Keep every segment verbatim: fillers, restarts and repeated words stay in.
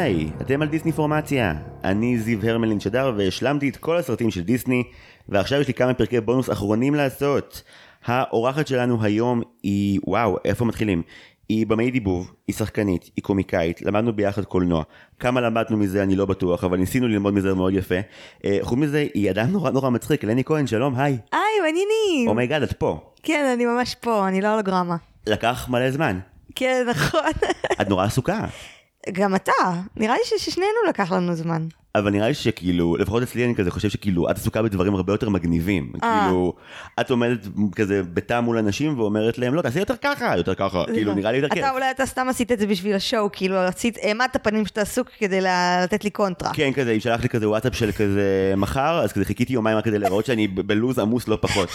היי, אתם על דיסני פורמציה. אני זיו הרמלין שדר והשלמתי את כל הסרטים של דיסני, ועכשיו יש לי כמה פרקי בונוס אחרונים לעשות. האורחת שלנו היום היא, וואו, איפה מתחילים? היא במאי דיבוב, היא שחקנית, היא קומיקאית, למדנו ביחד קולנוע. כמה למדנו מזה אני לא בטוח, אבל ניסינו ללמוד מזה מאוד יפה. חוץ מזה, היא אדם נורא נורא מצחיק. אלני כהן, שלום, היי. היי, מעניינים. אומייגאד, את פה. כן, אני ממש פה, אני לא הולוגרמה. לקח מלא זמן. כן, נכון. את נורא עסוקה. גם אתה, נראה לי ששנינו לקח לנו זמן. אבל נראה לי שכאילו, לפחות אצלי אני כזה חושב שכאילו, את עסוקה בדברים הרבה יותר מגניבים. כאילו, את עומדת כזה בתא מול אנשים ואומרת להם, לא, תעשי יותר ככה, יותר ככה. כאילו, נראה לי יותר כיף. אתה אולי אתה סתם עשית את זה בשביל השואו, כאילו, רצית, העמדת הפנים שאתה עסוק כדי לתת לי קונטרה. כן, כזה, אם שלח לי כזה וואטסאפ של כזה מחר, אז כזה חיכיתי יומיים רק כדי לראות שאני בלוז עמוס לא פחות.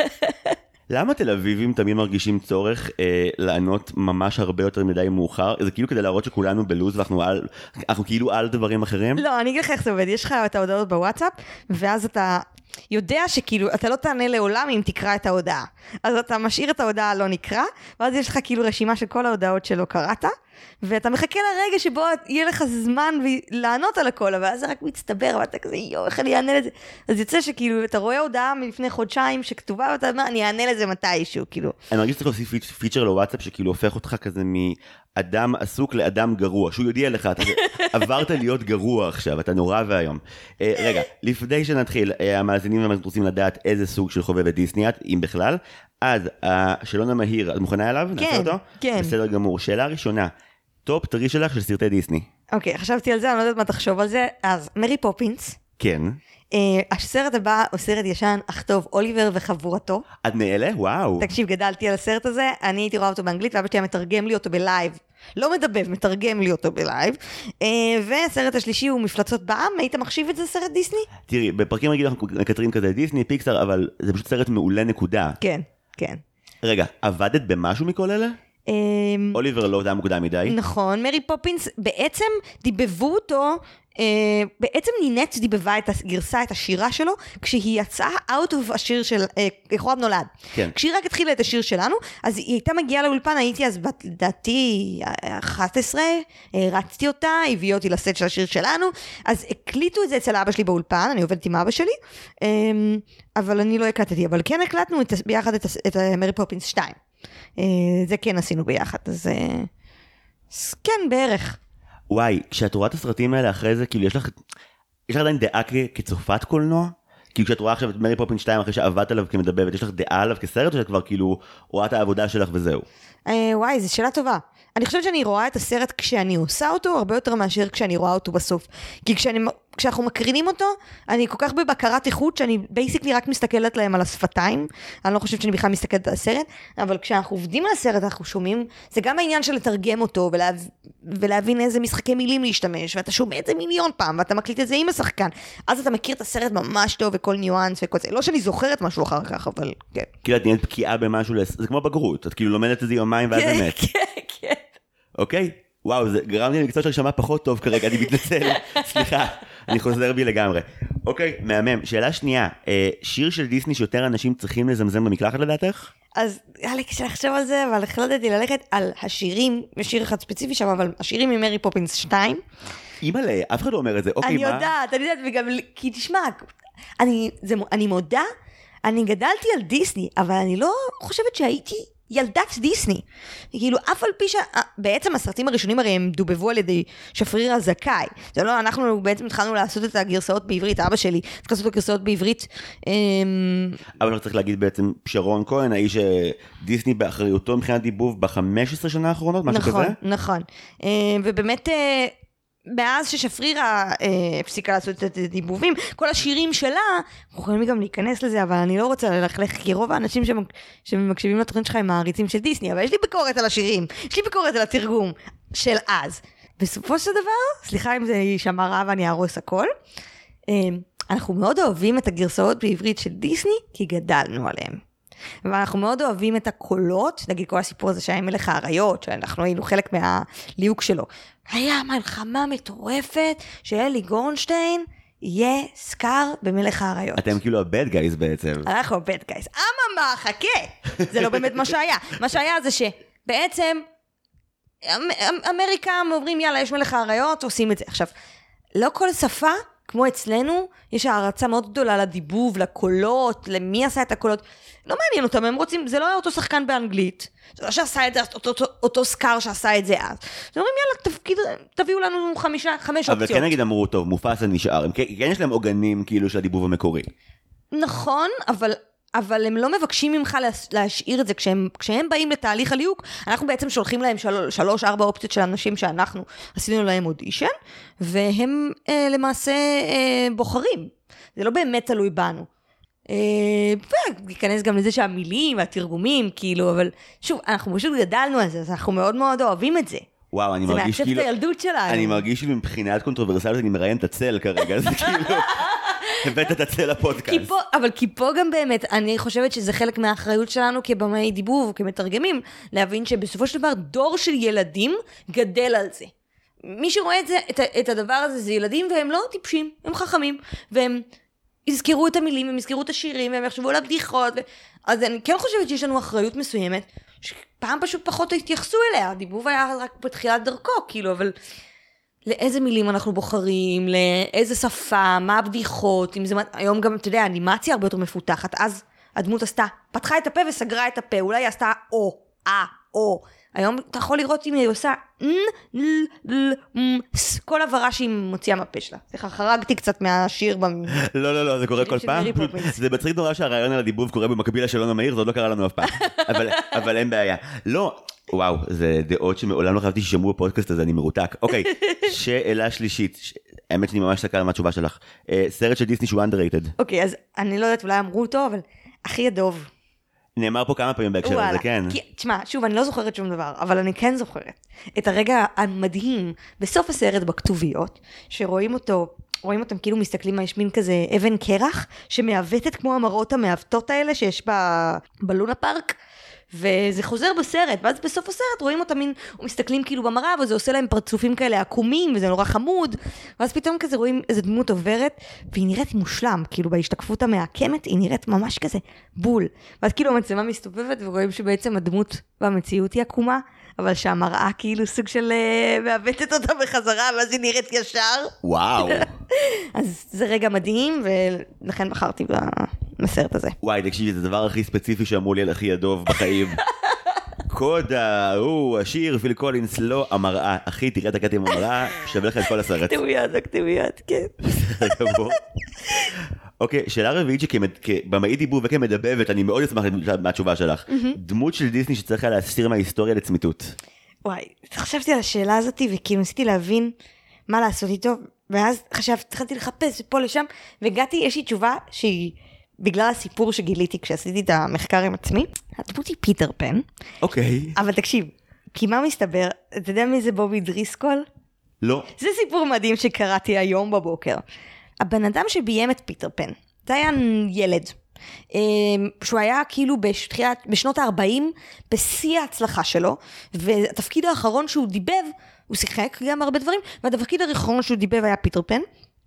למה תל אביבים תמיד מרגישים צורך אה, לענות ממש הרבה יותר מדי מאוחר? זה כאילו כדי להראות שכולנו בלוז ואנחנו על, אנחנו כאילו על דברים אחרים? לא, אני אגיד לך איך זה עובד. יש לך את ההודעות בוואטסאפ, ואז אתה יודע שכאילו, אתה לא תענה לעולם אם תקרא את ההודעה. אז אתה משאיר את ההודעה לא נקרא, ואז יש לך כאילו רשימה של כל ההודעות שלא קראת, ואתה מחכה לרגע שבו יהיה לך זמן לענות על הכל, אבל אז זה רק מצטבר, ואתה כזה, יו, איך אני אענה לזה? אז יוצא שכאילו, אתה רואה הודעה מלפני חודשיים שכתובה, ואתה אומר, אני אענה לזה מתישהו, כאילו. אני מרגיש שצריך להוסיף פיצ'ר לוואטסאפ, שכאילו הופך אותך כזה מאדם עסוק לאדם גרוע, שהוא יודיע לך, אתה עברת להיות גרוע עכשיו, אתה נורא והיום. רגע, לפני שנתחיל, המאזינים רוצים לדעת איזה סוג של חובבת דיסני את, אם בכלל, אז השאלון המהיר, את מוכנה אליו? כן, כן. בסדר גמור. שאלה ראשונה, טופ טרי שלך של סרטי דיסני. אוקיי, חשבתי על זה, אני לא יודעת מה תחשוב על זה. אז, מרי פופינס. כן. הסרט הבא הוא סרט ישן, אך טוב, אוליבר וחבורתו. את נאלה? וואו. תקשיב, גדלתי על הסרט הזה, אני הייתי רואה אותו באנגלית, ואבא שלי מתרגם לי אותו בלייב. לא מדבב, מתרגם לי אותו בלייב. והסרט השלישי הוא מפלצות בעם. היית מחשיב את זה סרט דיסני? תראי, בפרקים רגיל אנחנו מקטרים כזה דיסני, פיקסאר, אבל זה פשוט סרט מעולה נקודה. כן, כן. רגע, עבדת במשהו מכל אלה? אוליבר לא היה מוקדם מדי. נכון, מרי פופינס בעצם דיבבו אותו, בעצם נינט דיבבה את הגרסה, את השירה שלו, כשהיא יצאה out of השיר של חורב נולד. כן. כשהיא רק התחילה את השיר שלנו, אז היא הייתה מגיעה לאולפן, הייתי אז לדעתי אחת עשרה, רצתי אותה, הביאו אותי לסט של השיר שלנו, אז הקליטו את זה אצל אבא שלי באולפן, אני עובדת עם אבא שלי, אבל אני לא הקלטתי, אבל כן הקלטנו ביחד את מרי פופינס שתיים. זה כן עשינו ביחד, אז כן, בערך. וואי, כשאת רואה את הסרטים האלה אחרי זה, כאילו יש לך, יש לך עדיין דעה כצופת קולנוע? כאילו כשאת רואה עכשיו את מרי פופינס שתיים אחרי שעבדת עליו כמדבבת, יש לך דעה עליו כסרט, או שאת כבר כאילו רואה את העבודה שלך וזהו? וואי, זו שאלה טובה. אני חושבת שאני רואה את הסרט כשאני עושה אותו, הרבה יותר מאשר כשאני רואה אותו בסוף. כי כשאני, כשאנחנו מקרינים אותו, אני כל כך בבקרת איכות, שאני בייסיקלי רק מסתכלת להם על השפתיים. אני לא חושבת שאני בכלל מסתכלת על הסרט, אבל כשאנחנו עובדים על הסרט, אנחנו שומעים, זה גם העניין של לתרגם אותו, ולהב, ולהבין איזה משחקי מילים להשתמש, ואתה שומע את זה מיליון פעם, ואתה מקליט את זה עם השחקן. אז אתה מכיר את הסרט ממש טוב, וכל ניואנס וכל זה. לא שאני זוכרת משהו אחר כך, אבל כן. כאילו את נהיית בקיאה במשהו, זה כמו בגרות, את כאילו לומדת את זה יומיים ואז באמת. כן, כן. אוקיי? וואו, זה גרם לי למקצוע ששמע פחות טוב כרגע, אני מתנצל, סליחה, אני חוזר בי לגמרי. אוקיי, מהמם. שאלה שנייה, שיר של דיסני שיותר אנשים צריכים לזמזם במקלחת לדעתך? אז היה לי קשה לחשוב על זה, אבל החלטתי ללכת על השירים, יש שיר אחד ספציפי שם, אבל השירים ממרי פופינס שתיים. אימא'לה, אף אחד לא אומר את זה, אוקיי, מה? אני יודעת, אני יודעת, וגם, כי תשמע, אני, זה, אני מודה, אני גדלתי על דיסני, אבל אני לא חושבת שהייתי ילדת דיסני. כאילו, אף על פי שבעצם הסרטים הראשונים הרי הם דובבו על ידי שפריר הזכאי. זה לא, אנחנו בעצם התחלנו לעשות את הגרסאות בעברית, אבא שלי, צריך לעשות את הגרסאות בעברית. אבל אני צריך להגיד בעצם, שרון כהן, האיש דיסני באחריותו מבחינת דיבוב ב-חמש עשרה שנה האחרונות, משהו כזה? נכון, נכון. ובאמת, מאז ששפרירה הפסיקה לעשות את הדיבובים, כל השירים שלה, אנחנו יכולים גם להיכנס לזה, אבל אני לא רוצה ללכלך, כי רוב האנשים שמקשיבים לתוכנית שלך הם מעריצים של דיסני, אבל יש לי ביקורת על השירים, יש לי ביקורת על התרגום של אז. בסופו של דבר, סליחה אם זה יישמע רע ואני ארוס הכל, אנחנו מאוד אוהבים את הגרסאות בעברית של דיסני, כי גדלנו עליהם. ואנחנו מאוד אוהבים את הקולות, נגיד כל הסיפור הזה שהיה מלך האריות, שאנחנו היינו חלק מהליוק שלו. היה מלחמה מטורפת שאלי גורנשטיין יהיה סקאר במלך האריות. אתם כאילו הבד גייז בעצם. אנחנו הבד גייז. אממה, חכה! זה לא באמת מה שהיה. מה שהיה זה שבעצם אמריקה אומרים, יאללה, יש מלך האריות, עושים את זה. עכשיו, לא כל שפה, כמו אצלנו, יש הערצה מאוד גדולה לדיבוב, לקולות, למי עשה את הקולות. לא מעניין אותם, הם רוצים, זה לא היה אותו שחקן באנגלית, זה לא שעשה את זה, אותו, אותו, אותו סקאר שעשה את זה אז. זה אומרים, יאללה, תפקיד, תביאו לנו חמישה, חמש אבל אופציות. אבל כן נגיד אמרו, טוב, מופסה נשאר, כן, כן יש להם עוגנים כאילו של הדיבוב המקורי. נכון, אבל... אבל הם לא מבקשים ממך להשאיר את זה, כשהם, כשהם באים לתהליך הליהוק, אנחנו בעצם שולחים להם של, שלוש, ארבע אופציות של אנשים שאנחנו עשינו להם אודישן, והם אה, למעשה אה, בוחרים. זה לא באמת תלוי בנו. אה, וכניס גם לזה שהמילים והתרגומים, כאילו, אבל שוב, אנחנו פשוט גדלנו על זה, אז אנחנו מאוד מאוד אוהבים את זה. וואו, אני מרגיש כאילו... זה מעצב את הילדות שלנו. אני מרגיש כאילו מבחינת קונטרוברסלית, אני מראיין את הצל כרגע, זה כאילו... הבאת את הצל לפודקאסט. אבל כי פה גם באמת, אני חושבת שזה חלק מהאחריות שלנו כבמאי דיבוב וכמתרגמים, להבין שבסופו של דבר דור של ילדים גדל על זה. מי שרואה את, זה, את, את הדבר הזה זה ילדים, והם לא טיפשים, הם חכמים, והם יזכרו את המילים, הם יזכרו את השירים, והם יחשבו על הבדיחות, ו... אז אני כן חושבת שיש לנו אחריות מסוימת, שפעם פשוט פחות התייחסו אליה, הדיבוב היה רק בתחילת דרכו, כאילו, אבל... לאיזה מילים אנחנו בוחרים, לאיזה שפה, מה הבדיחות, אם זה, היום גם, אתה יודע, אנימציה הרבה יותר מפותחת, אז הדמות עשתה, פתחה את הפה וסגרה את הפה, אולי היא עשתה או, אה, או, היום אתה יכול לראות אם היא עושה, כל עברה שהיא מוציאה מהפה שלה. סליחה, חרגתי קצת מהשיר. לא, לא, לא, זה קורה כל פעם. זה מצחיק נורא שהרעיון על הדיבוב קורה במקביל לשלום המהיר, זה עוד לא קרה לנו אף פעם. אבל אין בעיה. לא, וואו, זה דעות שמעולם לא חייבתי ששמעו בפודקאסט הזה, אני מרותק. אוקיי, שאלה שלישית, האמת שאני ממש סקר מהתשובה שלך. סרט של דיסני שהוא underrated. אוקיי, אז אני לא יודעת, אולי אמרו אותו, אבל הכי הדוב. נאמר פה כמה פעמים בהקשר הזה, כן. תשמע, שוב, אני לא זוכרת שום דבר, אבל אני כן זוכרת את הרגע המדהים בסוף הסרט בכתוביות, שרואים אותו, רואים אותם כאילו מסתכלים, יש מין כזה אבן קרח, שמעוותת כמו המראות המעוותות האלה שיש בלונה פארק, וזה חוזר בסרט, ואז בסוף הסרט רואים אותם מין, ומסתכלים כאילו במראה, וזה עושה להם פרצופים כאלה עקומים, וזה נורא חמוד, ואז פתאום כזה רואים איזה דמות עוברת, והיא נראית מושלם, כאילו בהשתקפות המעקמת, היא נראית ממש כזה בול, ואז כאילו המצלמה מסתובבת, ורואים שבעצם הדמות במציאות היא עקומה, אבל שהמראה כאילו סוג של מעוותת אותה בחזרה, ואז היא נראית ישר. וואו. אז זה רגע מדהים, ולכן בחרתי בסרט הזה. וואי, תקשיבי, זה הדבר הכי ספציפי שאמרו לי על הכי הדוב בחיים. קודה, הוא, השיר, פיל קולינס, לא, המראה. אחי, תראה את הקטע עם המראה, שווה לך את כל הסרט. כתוביות, כתוביות, כן. אוקיי, שאלה רביעית שכבמאית דיבוב וכמדבבת, אני מאוד אשמח מהתשובה שלך. דמות של דיסני שצריכה להסתיר מההיסטוריה לצמיתות. וואי, חשבתי על השאלה הזאת, וכאילו ניסיתי להבין מה לעשות איתו, ואז חשבתי, התחלתי לחפש פה לשם, והגעתי, יש לי תשובה שהיא, בגלל הסיפור שגיליתי כשעשיתי את המחקר עם עצמי, הדמות היא פיטר פן. אוקיי. אבל תקשיב, כי מה מסתבר, אתה יודע מי זה בובי דריסקול? לא. זה סיפור מדהים שקראתי היום בבוקר. הבן אדם שביים את פיטר פן, זה היה ילד, שהוא היה כאילו בשתחילת, בשנות ה-ארבעים, בשיא ההצלחה שלו, והתפקיד האחרון שהוא דיבב, הוא שיחק גם הרבה דברים, והתפקיד האחרון שהוא דיבב היה פיטר פן,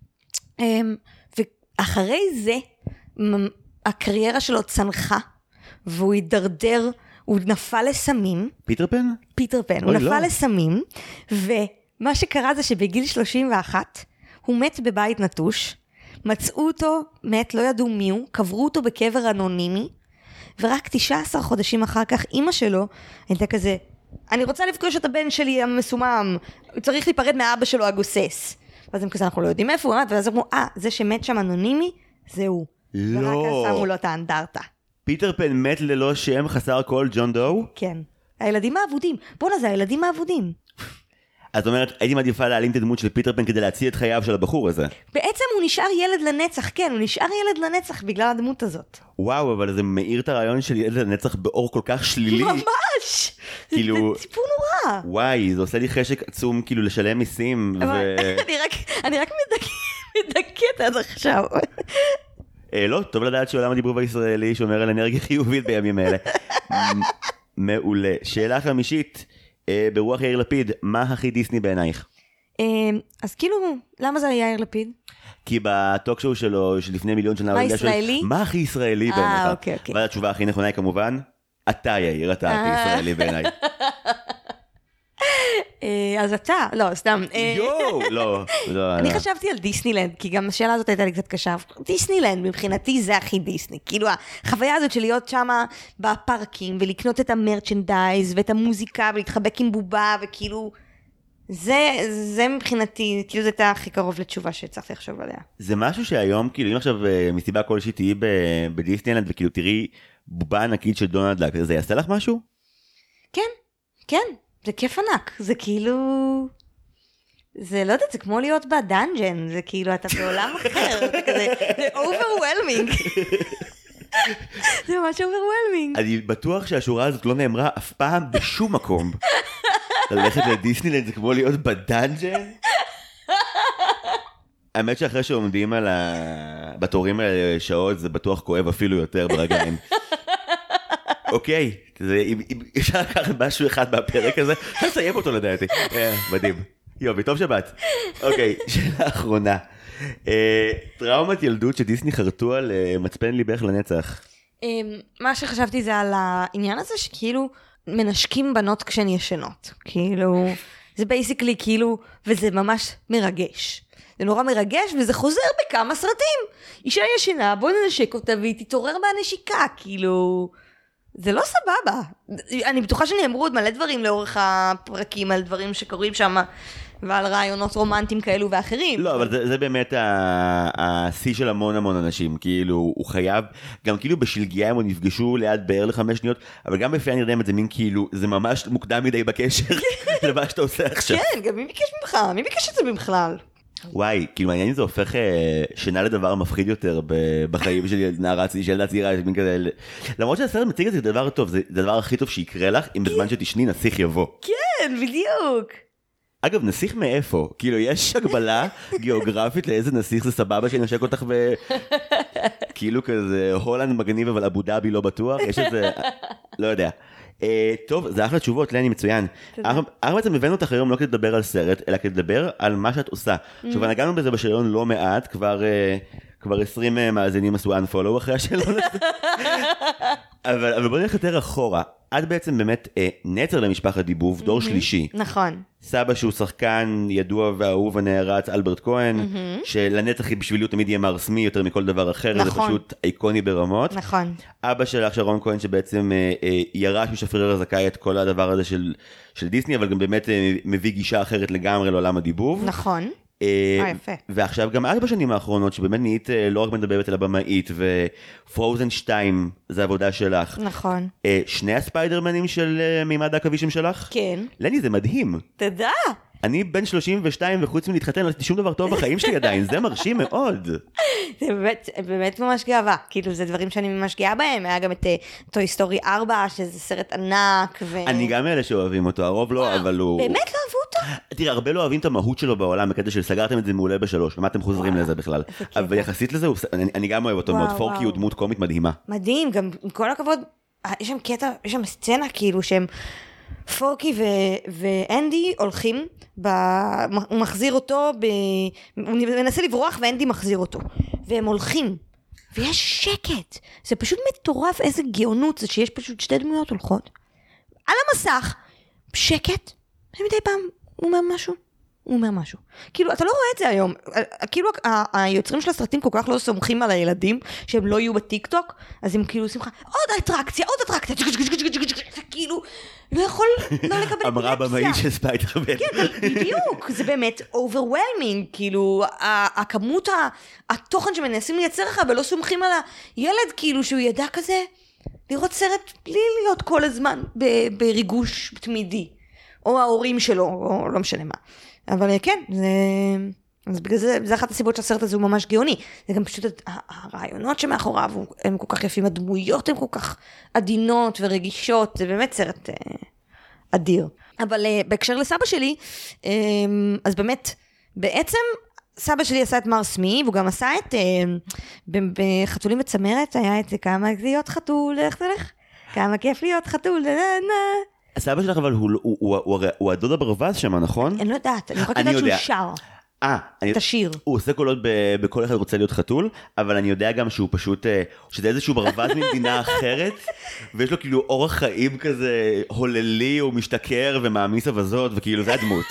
ואחרי זה, הקריירה שלו צנחה, והוא הידרדר, הוא נפל לסמים. פיטר פן? פיטר פן, הוא נפל לסמים, ומה שקרה זה שבגיל שלושים ואחת, הוא מת בבית נטוש, מצאו אותו, מת, לא ידעו מי הוא, קברו אותו בקבר אנונימי, ורק תשעה עשר חודשים אחר כך, אמא שלו הייתה כזה, אני רוצה לפגוש את הבן שלי המסומם, הוא צריך להיפרד מהאבא שלו הגוסס. ואז הם כזה, אנחנו לא יודעים איפה הוא, ואז אמרו, אה, זה שמת שם אנונימי, זהו. לא. ורק אז שמו לו את האנדרטה. פיטר פן מת ללא שם חסר כל ג'ון דו? כן. הילדים האבודים. בוא נזה, הילדים האבודים. זאת אומרת, הייתי מעדיפה להעלים את הדמות של פיטר פן כדי להציע את חייו של הבחור הזה. בעצם הוא נשאר ילד לנצח, כן, הוא נשאר ילד לנצח בגלל הדמות הזאת. וואו, אבל זה מאיר את הרעיון של ילד לנצח באור כל כך שלילי. ממש! כאילו... זה סיפור נורא. וואי, זה עושה לי חשק עצום כאילו לשלם מיסים. אני רק מדכאת עד עכשיו. לא, טוב לדעת שעולם הדיבוב הישראלי שומר על אנרגיה חיובית בימים אלה. מעולה. שאלה חמישית. ברוח יאיר לפיד, מה הכי דיסני בעינייך? אז כאילו, למה זה היה יאיר לפיד? כי בטוק שואו שלו, שלפני מיליון שנה... מה ישראלי? מה הכי ישראלי בעיניך? אה, אוקיי, אוקיי. והתשובה הכי נכונה היא כמובן, אתה יאיר, אתה הכי ישראלי בעיניי. אז אתה, לא, סתם. יואו, לא, לא. אני חשבתי על דיסנילנד, כי גם השאלה הזאת הייתה לי קצת קשה. דיסנילנד, מבחינתי זה הכי דיסני. כאילו, החוויה הזאת של להיות שם בפארקים, ולקנות את המרצ'נדייז, ואת המוזיקה, ולהתחבק עם בובה, וכאילו, זה, זה מבחינתי, כאילו זה הייתה הכי קרוב לתשובה שצריך לחשוב עליה. זה משהו שהיום, כאילו, אם עכשיו מסיבה כלשהי תהיי בדיסנילנד, וכאילו תראי בובה ענקית של דונלד דאק, זה יעשה לך משהו? כן, כן. זה כיף ענק, זה כאילו, זה לא יודעת, זה כמו להיות בדאנג'ן, זה כאילו, אתה בעולם אחר, זה כזה, זה overwhelming. זה ממש overwhelming. אני בטוח שהשורה הזאת לא נאמרה אף פעם בשום מקום. ללכת לדיסנילנד זה כמו להיות בדאנג'ן? האמת שאחרי שעומדים על ה... בתורים האלה שעות, זה בטוח כואב אפילו יותר ברגליים. אוקיי, אפשר לקחת משהו אחד מהפרק הזה, אפשר לסיים אותו לדעתי. מדהים. יובי, טוב שבת. אוקיי, שאלה אחרונה. טראומת ילדות שדיסני חרטו על מצפן ליבך לנצח. מה שחשבתי זה על העניין הזה שכאילו מנשקים בנות כשהן ישנות. כאילו, זה בייסיקלי כאילו, וזה ממש מרגש. זה נורא מרגש וזה חוזר בכמה סרטים. אישה ישנה, בוא ננשק אותה והיא תתעורר מהנשיקה, כאילו... זה לא סבבה. אני בטוחה שנאמרו עוד מלא דברים לאורך הפרקים על דברים שקורים שם, ועל רעיונות רומנטיים כאלו ואחרים. לא, אבל זה, זה באמת השיא של המון המון אנשים. כאילו, הוא חייב, גם כאילו בשלגיה הם נפגשו ליד באר לחמש שניות, אבל גם בפי נרדם את זה מין כאילו, זה ממש מוקדם מדי בקשר למה שאתה עושה עכשיו. כן, גם מי ביקש ממך? מי ביקש את זה בכלל? וואי, כאילו מעניין אם זה הופך שינה לדבר מפחיד יותר בחיים של נערה, של ילדה צעירה, למרות שהסרט מציג את זה דבר טוב, זה הדבר הכי טוב שיקרה לך, אם בזמן שתשני נסיך יבוא. כן, בדיוק. אגב, נסיך מאיפה? כאילו, יש הגבלה גיאוגרפית לאיזה נסיך זה סבבה שנשק אותך ו... כאילו כזה, הולנד מגניב, אבל אבו דאבי לא בטוח, יש איזה... לא יודע. טוב, זה אחלה תשובות, לני מצוין. אנחנו בעצם הבאנו אותך היום לא כדי לדבר על סרט, אלא כדי לדבר על מה שאת עושה. עכשיו, נגענו בזה בשאלון לא מעט, כבר עשרים מאזינים עשו unfollow אחרי השאלון הזה. אבל בואו נלך יותר אחורה. את בעצם באמת נצר למשפחת דיבוב, דור שלישי. נכון. סבא שהוא שחקן ידוע ואהוב הנערץ, אלברט כהן, שלנצח בשבילי הוא תמיד יהיה מר סמי יותר מכל דבר אחר, זה פשוט איקוני ברמות. נכון. אבא שלך, שרון כהן, שבעצם ירש משפריר הזכאי את כל הדבר הזה של דיסני, אבל גם באמת מביא גישה אחרת לגמרי לעולם הדיבוב. נכון. אה, יפה. ועכשיו גם את בשנים האחרונות, שבאמת נהיית לא רק מדברת אלא במאית, ופרוזן שתיים זה עבודה שלך. נכון. שני הספיידרמנים של מימד העכבישים שלך? כן. לני, זה מדהים. תודה. אני בן שלושים ושתיים וחוץ מלהתחתן, לא עשיתי שום דבר טוב בחיים שלי עדיין, זה מרשים מאוד. זה באמת, באמת ממש גאווה, כאילו זה דברים שאני ממש גאה בהם, היה גם את טוי סטורי ארבע, שזה סרט ענק. ו... אני גם אלה שאוהבים אותו, הרוב לא, אבל הוא... באמת לא אהבו אותו? תראה, הרבה לא אוהבים את המהות שלו בעולם, בקטע של סגרתם את זה מעולה בשלוש, ומה אתם חוזרים לזה בכלל? אבל יחסית לזה, אני גם אוהב אותו מאוד, פורקי הוא דמות קומית מדהימה. מדהים, גם עם כל הכבוד, יש שם קטע, יש שם סצנה כאילו שהם... פורקי ו- ואנדי הולכים, ב- הוא מחזיר אותו, ב- הוא מנסה לברוח ואנדי מחזיר אותו, והם הולכים, ויש שקט, זה פשוט מטורף איזה גאונות, זה שיש פשוט שתי דמויות הולכות, על המסך, שקט, ומדי פעם הוא אומר משהו, הוא אומר משהו. כאילו, אתה לא רואה את זה היום. כאילו, היוצרים של הסרטים כל כך לא סומכים על הילדים, שהם לא יהיו בטיק טוק, אז הם כאילו עושים לך, עוד אטרקציה, עוד אטרקציה, כאילו, לא יכול לא לקבל את אמרה במאי של ספיידרמן. כן, בדיוק, זה באמת overwhelming, כאילו, הכמות, התוכן שמנסים לייצר לך, ולא סומכים על הילד, כאילו, שהוא ידע כזה, לראות סרט בלי להיות כל הזמן בריגוש תמידי, או ההורים שלו, או לא משנה מה. אבל כן, זה, אז בגלל זה, זה אחת הסיבות שהסרט הזה הוא ממש גאוני. זה גם פשוט הרעיונות שמאחוריו הם כל כך יפים, הדמויות הן כל כך עדינות ורגישות, זה באמת סרט אה, אדיר. אבל אה, בהקשר לסבא שלי, אה, אז באמת, בעצם סבא שלי עשה את מר סמי, והוא גם עשה את, אה, בחתולים וצמרת, היה את כמה להיות חתול, איך זה לך? כמה כיף להיות חתול, נה נה. הסבא שלך אבל הוא הדוד הברווז שם, נכון? אני לא יודעת, אני רק יודעת שהוא שר. אה, את השיר. הוא עושה קולות בכל אחד רוצה להיות חתול, אבל אני יודע גם שהוא פשוט, שזה איזשהו ברווז ממדינה אחרת, ויש לו כאילו אורח חיים כזה הוללי, הוא משתכר ומעמיס אבזות, וכאילו זה הדמות.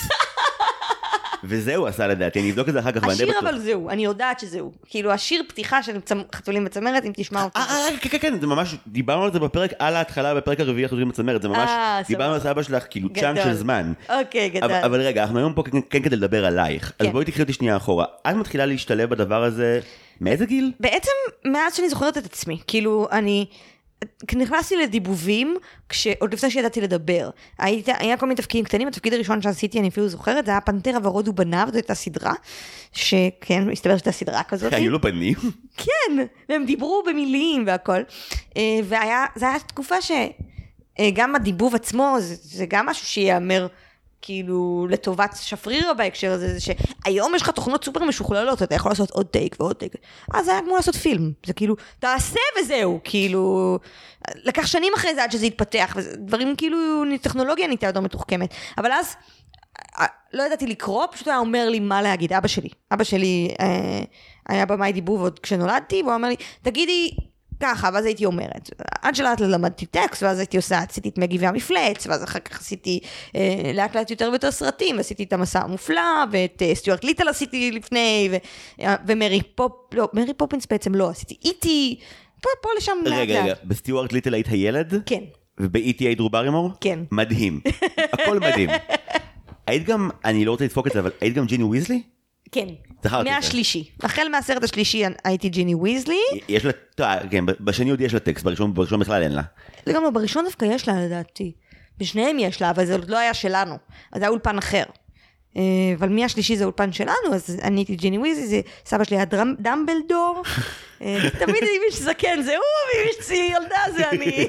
וזהו עשה לדעתי, אני אבדוק את זה אחר כך. השיר אבל זהו, אני יודעת שזהו. כאילו השיר פתיחה של חתולים בצמרת, אם תשמע אותו. אה, כן, כן, כן, זה ממש, דיברנו על זה בפרק, על ההתחלה, בפרק הרביעי חתולים בצמרת, זה ממש, דיברנו על סבא שלך, כאילו צ'אנק של זמן. אוקיי, גדל. אבל רגע, אנחנו היום פה כן כדי לדבר עלייך, אז בואי תקחי אותי שנייה אחורה. את מתחילה להשתלב בדבר הזה, מאיזה גיל? בעצם, מאז שאני זוכרת את עצמי, כאילו, אני... נכנסתי לדיבובים, עוד לפני שידעתי לדבר. היית, היה כל מיני תפקידים קטנים, התפקיד הראשון שעשיתי, אני אפילו זוכרת, זה היה פנתרה ורוד ובניו, זו הייתה סדרה, שכן, מסתבר שהייתה סדרה כזאת. היו לו פנים? כן, והם דיברו במילים והכל. והיה, זה היה תקופה שגם הדיבוב עצמו, זה, זה גם משהו שיאמר, כאילו, לטובת שפרירה בהקשר הזה, זה שהיום יש לך תוכנות סופר משוכללות, אתה יכול לעשות עוד טייק ועוד טייק. אז זה היה כמו לעשות פילם. זה כאילו, תעשה וזהו, כאילו, לקח שנים אחרי זה עד שזה יתפתח, ודברים כאילו, טכנולוגיה נהייתה יותר מתוחכמת. אבל אז, לא ידעתי לקרוא, פשוט היה אומר לי מה להגיד, אבא שלי. אבא שלי אה, היה במאי דיבוב עוד כשנולדתי, והוא אומר לי, תגידי, ככה, ואז הייתי אומרת, עד שלאט למדתי טקסט, ואז הייתי עושה, עשיתי את מגי והמפלץ, ואז אחר כך עשיתי אה, לאט לאט יותר ויותר סרטים, ועשיתי את המסע המופלא, ואת אה, סטיוארט ליטל עשיתי לפני, ו, אה, ומרי פופ, לא, מרי פופינס בעצם לא, עשיתי איטי, פה, פה לשם לאט לאט. רגע, רגע, בסטיוארט ליטל היית הילד? כן. ובאיטי היית דרו ברימור? כן. מדהים, הכל מדהים. היית גם, אני לא רוצה לדפוק את זה, אבל היית גם ג'יני ויזלי? כן, מהשלישי. החל מהסרט השלישי הייתי ג'יני ויזלי. יש לה, כן, בשני עוד יש לה טקסט, בראשון בכלל אין לה. גם לא, בראשון דווקא יש לה לדעתי. בשניהם יש לה, אבל זה לא היה שלנו. אז זה היה אולפן אחר. אבל מהשלישי זה אולפן שלנו, אז אני הייתי ג'יני ויזלי, זה סבא שלי היה דמבלדור. תמיד אני מיש זקן, זה הוא, מיש צי ילדה, זה אני.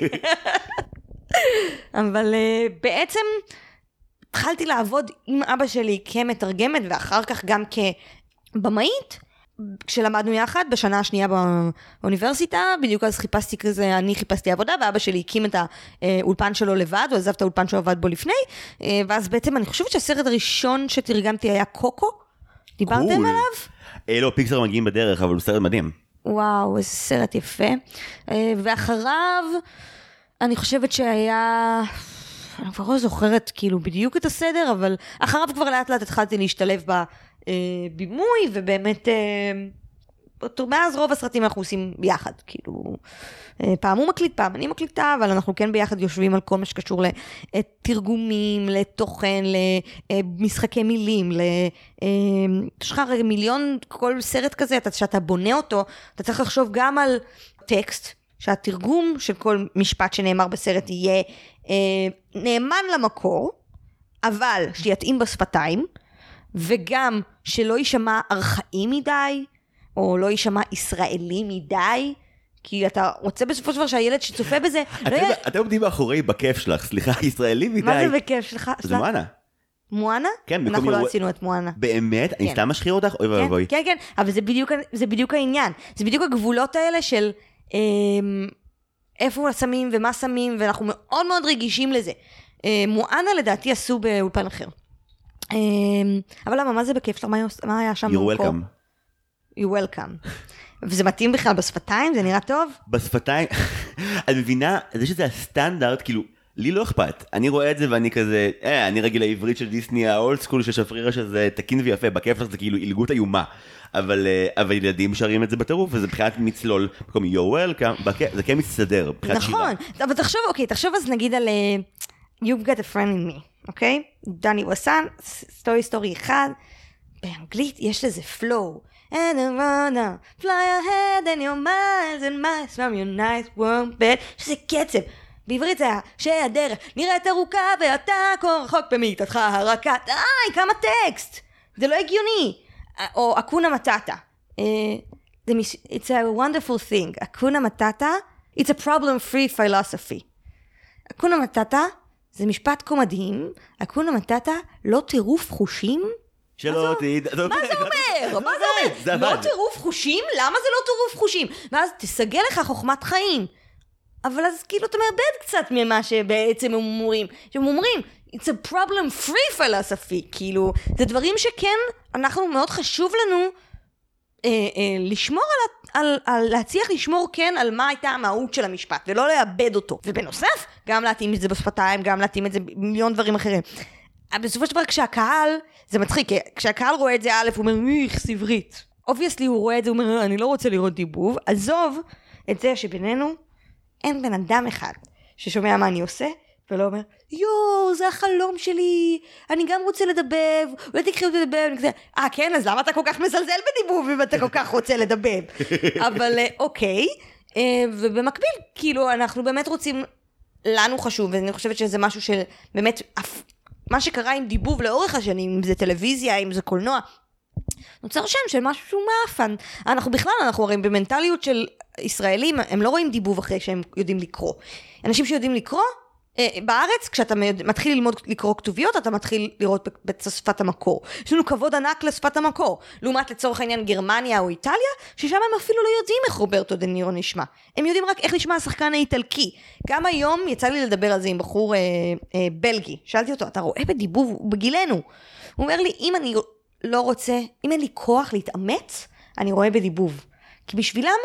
אבל בעצם... התחלתי לעבוד עם אבא שלי כמתרגמת, ואחר כך גם כבמאית, כשלמדנו יחד בשנה השנייה באוניברסיטה, בדיוק אז חיפשתי כזה, אני חיפשתי עבודה, ואבא שלי הקים את האולפן שלו לבד, הוא עזב את האולפן שהוא עבד בו לפני, ואז בעצם אני חושבת שהסרט הראשון שתרגמתי היה קוקו, דיברתם עליו? לא, פיקסר מגיעים בדרך, אבל הוא סרט מדהים. וואו, איזה סרט יפה. ואחריו, אני חושבת שהיה... אני כבר לא זוכרת כאילו בדיוק את הסדר, אבל אחריו כבר לאט לאט התחלתי להשתלב בבימוי, ובאמת, מאז רוב הסרטים אנחנו עושים ביחד, כאילו, פעם הוא מקליט, פעם אני מקליטה, אבל אנחנו כן ביחד יושבים על כל מה שקשור לתרגומים, לתוכן, למשחקי מילים, יש לך מיליון, כל סרט כזה, שאתה בונה אותו, אתה צריך לחשוב גם על טקסט, שהתרגום של כל משפט שנאמר בסרט יהיה אה, נאמן למקור, אבל שיתאים בשפתיים, וגם שלא יישמע ארכאי מדי, או לא יישמע ישראלי מדי, כי אתה רוצה בסופו של דבר שהילד שצופה בזה... אתם עומדים מאחורי בכיף שלך, סליחה, ישראלי מדי. מה זה בכיף שלך? זה מואנה. מואנה? כן. אנחנו לא עשינו את מואנה. באמת? אני סתם משחיר אותך? אוי ואבוי. כן, כן, אבל זה בדיוק העניין. זה בדיוק הגבולות האלה של... איפה שמים ומה שמים, ואנחנו מאוד מאוד רגישים לזה. מואנה לדעתי עשו באולפן אחר. אבל למה, מה זה בכיף שלך? מה היה שם? You're welcome. You're welcome. וזה מתאים בכלל בשפתיים? זה נראה טוב? בשפתיים, אני מבינה, זה שזה הסטנדרט, כאילו, לי לא אכפת. אני רואה את זה ואני כזה, אה, אני רגיל לעברית של דיסני, האולד סקול של שפרירה שזה תקין ויפה, בכיף שלך זה כאילו אילגות איומה. אבל, אבל ילדים שרים את זה בטירוף, וזה בחיית מצלול, במקום you're welcome, זה כן מסתדר, בחיית שירה. נכון, אבל תחשוב, אוקיי, תחשוב אז נגיד על You've got a friend in me, אוקיי? דני ווסן, סטורי סטורי אחד, באנגלית יש לזה flow. And I wanna fly ahead and your miles and miles from your nice warm bed, שזה קצב. בעברית זה היה, שהדרך נראית ארוכה ואתה כה רחוק במיטתך הרכה. די, כמה טקסט! זה לא הגיוני. או אקונה מטאטה. It's a wonderful thing. אקונה מטאטה, it's a problem-free philosophy. אקונה מטאטה זה משפט כה מדהים. אקונה מטאטה לא טירוף חושים. שלא תדע. מה זה אומר? מה זה אומר? לא טירוף חושים? למה זה לא טירוף חושים? ואז תסגל לך חוכמת חיים. אבל אז כאילו אתה מאבד קצת ממה שבעצם הם אומרים. שהם אומרים, it's a problem free philosophy, כאילו, זה דברים שכן, אנחנו מאוד חשוב לנו אה, אה, לשמור על, על, על, להצליח לשמור כן על מה הייתה המהות של המשפט, ולא לאבד אותו. ובנוסף, גם להתאים את זה בשפתיים, גם להתאים את זה במיליון דברים אחרים. בסופו של דבר, כשהקהל, זה מצחיק, כשהקהל רואה את זה, א', הוא אומר, איך סברית. אובייסלי הוא רואה את זה, הוא אומר, אני לא רוצה לראות דיבוב, עזוב את זה שבינינו, אין בן אדם אחד ששומע מה אני עושה, ולא אומר, יו, זה החלום שלי, אני גם רוצה לדבב, אולי תקחי אותי לדבב, אני כזה, אה כן, אז למה אתה כל כך מזלזל בדיבוב, אם אתה כל כך רוצה לדבב? אבל אוקיי, ובמקביל, כאילו, אנחנו באמת רוצים, לנו חשוב, ואני חושבת שזה משהו של, באמת, מה שקרה עם דיבוב לאורך השנים, אם זה טלוויזיה, אם זה קולנוע, נוצר שם של משהו שהוא מאפן. אנחנו בכלל, אנחנו רואים במנטליות של ישראלים, הם לא רואים דיבוב אחרי שהם יודעים לקרוא. אנשים שיודעים לקרוא, אה, בארץ, כשאתה מתחיל ללמוד לקרוא כתוביות, אתה מתחיל לראות בשפת המקור. יש לנו כבוד ענק לשפת המקור. לעומת לצורך העניין גרמניה או איטליה, ששם הם אפילו לא יודעים איך רוברטו דה נירו נשמע. הם יודעים רק איך נשמע השחקן האיטלקי. גם היום יצא לי לדבר על זה עם בחור אה, אה, בלגי. שאלתי אותו, אתה רואה בדיבוב בגילנו? הוא אומר לי, אם אני לא רוצה, אם אין לי כוח להתאמץ, אני רואה בדיבוב. כי בשבילם,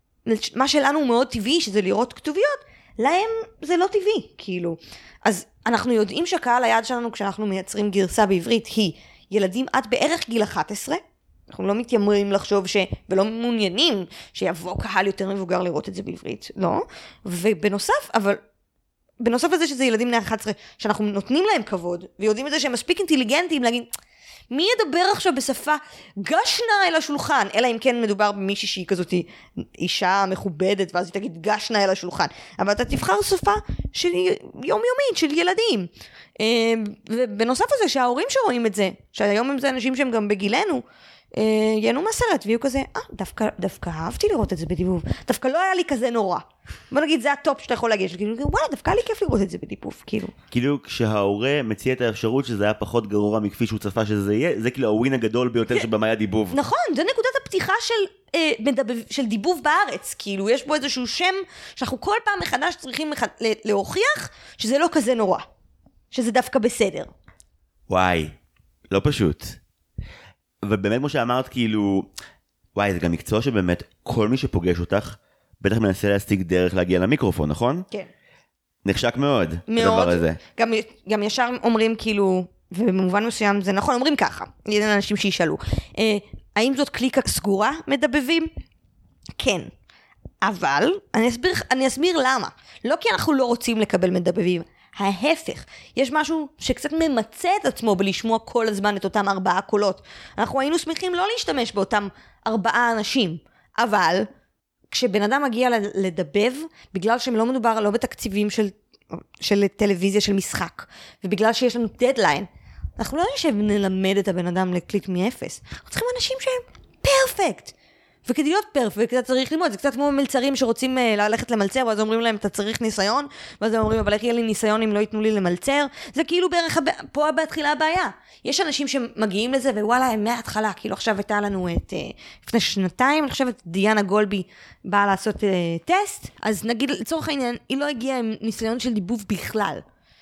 מה שלנו הוא מאוד טבעי, שזה לראות כתוביות, להם זה לא טבעי, כאילו. אז אנחנו יודעים שהקהל היעד שלנו, כשאנחנו מייצרים גרסה בעברית, היא ילדים עד בערך גיל אחת עשרה, אנחנו לא מתיימרים לחשוב ש... ולא מעוניינים שיבוא קהל יותר מבוגר לראות את זה בעברית, לא. ובנוסף, אבל בנוסף לזה שזה ילדים בני אחת עשרה, שאנחנו נותנים להם כבוד, ויודעים את זה שהם מספיק אינטליגנטים להגיד, מי ידבר עכשיו בשפה גשנה אל השולחן, אלא אם כן מדובר במישהי שהיא כזאת אישה מכובדת, ואז היא תגיד גשנה אל השולחן. אבל אתה תבחר שפה של יומיומית, של ילדים. ובנוסף לזה שההורים שרואים את זה, שהיום הם זה אנשים שהם גם בגילנו, ייהנו מהסרט, ויהיו כזה, אה, דווקא, דווקא אהבתי לראות את זה בדיבוב, דווקא לא היה לי כזה נורא. בוא נגיד, זה הטופ שאתה יכול להגיד, כאילו, וואלה, דווקא היה לי כיף לראות את זה בדיבוב, כאילו. כאילו, כשההורה מציע את האפשרות שזה היה פחות גרוע מכפי שהוא צפה שזה יהיה, זה כאילו הווין הגדול ביותר שבמה היה דיבוב. נכון, זה נקודת הפתיחה של, אה, מדבב, של דיבוב בארץ, כאילו, יש בו איזשהו שם, שאנחנו כל פעם מחדש צריכים מח... להוכיח שזה לא כזה נורא, שזה דווקא בסדר. וואי, לא פשוט. ובאמת כמו שאמרת, כאילו, וואי, זה גם מקצוע שבאמת כל מי שפוגש אותך, בטח מנסה להשיג דרך להגיע למיקרופון, נכון? כן. נחשק מאוד, מאוד. הדבר הזה. גם, גם ישר אומרים כאילו, ובמובן מסוים זה נכון, אומרים ככה, יש אנשים שישאלו, אה, האם זאת קליקה סגורה מדבבים? כן. אבל, אני אסביר, אני אסביר למה. לא כי אנחנו לא רוצים לקבל מדבבים, ההפך, יש משהו שקצת ממצא את עצמו בלשמוע כל הזמן את אותם ארבעה קולות. אנחנו היינו שמחים לא להשתמש באותם ארבעה אנשים, אבל כשבן אדם מגיע לדבב, בגלל שלא מדובר לא בתקציבים של, של טלוויזיה, של משחק, ובגלל שיש לנו דדליין, אנחנו לא נשב ונלמד את הבן אדם לקליט מאפס. אנחנו צריכים אנשים שהם פרפקט. וכדי להיות פרפקט, אתה צריך ללמוד, זה קצת כמו מלצרים שרוצים ללכת למלצר, ואז אומרים להם, אתה צריך ניסיון, ואז הם אומרים, אבל איך יהיה לי ניסיון אם לא ייתנו לי למלצר? זה כאילו בערך, פה בהתחילה הבעיה. יש אנשים שמגיעים לזה, ווואלה, הם מההתחלה, כאילו עכשיו הייתה לנו את, לפני שנתיים, אני חושבת, דיאנה גולבי באה לעשות טסט, אז נגיד, לצורך העניין, היא לא הגיעה עם ניסיון של דיבוב בכלל.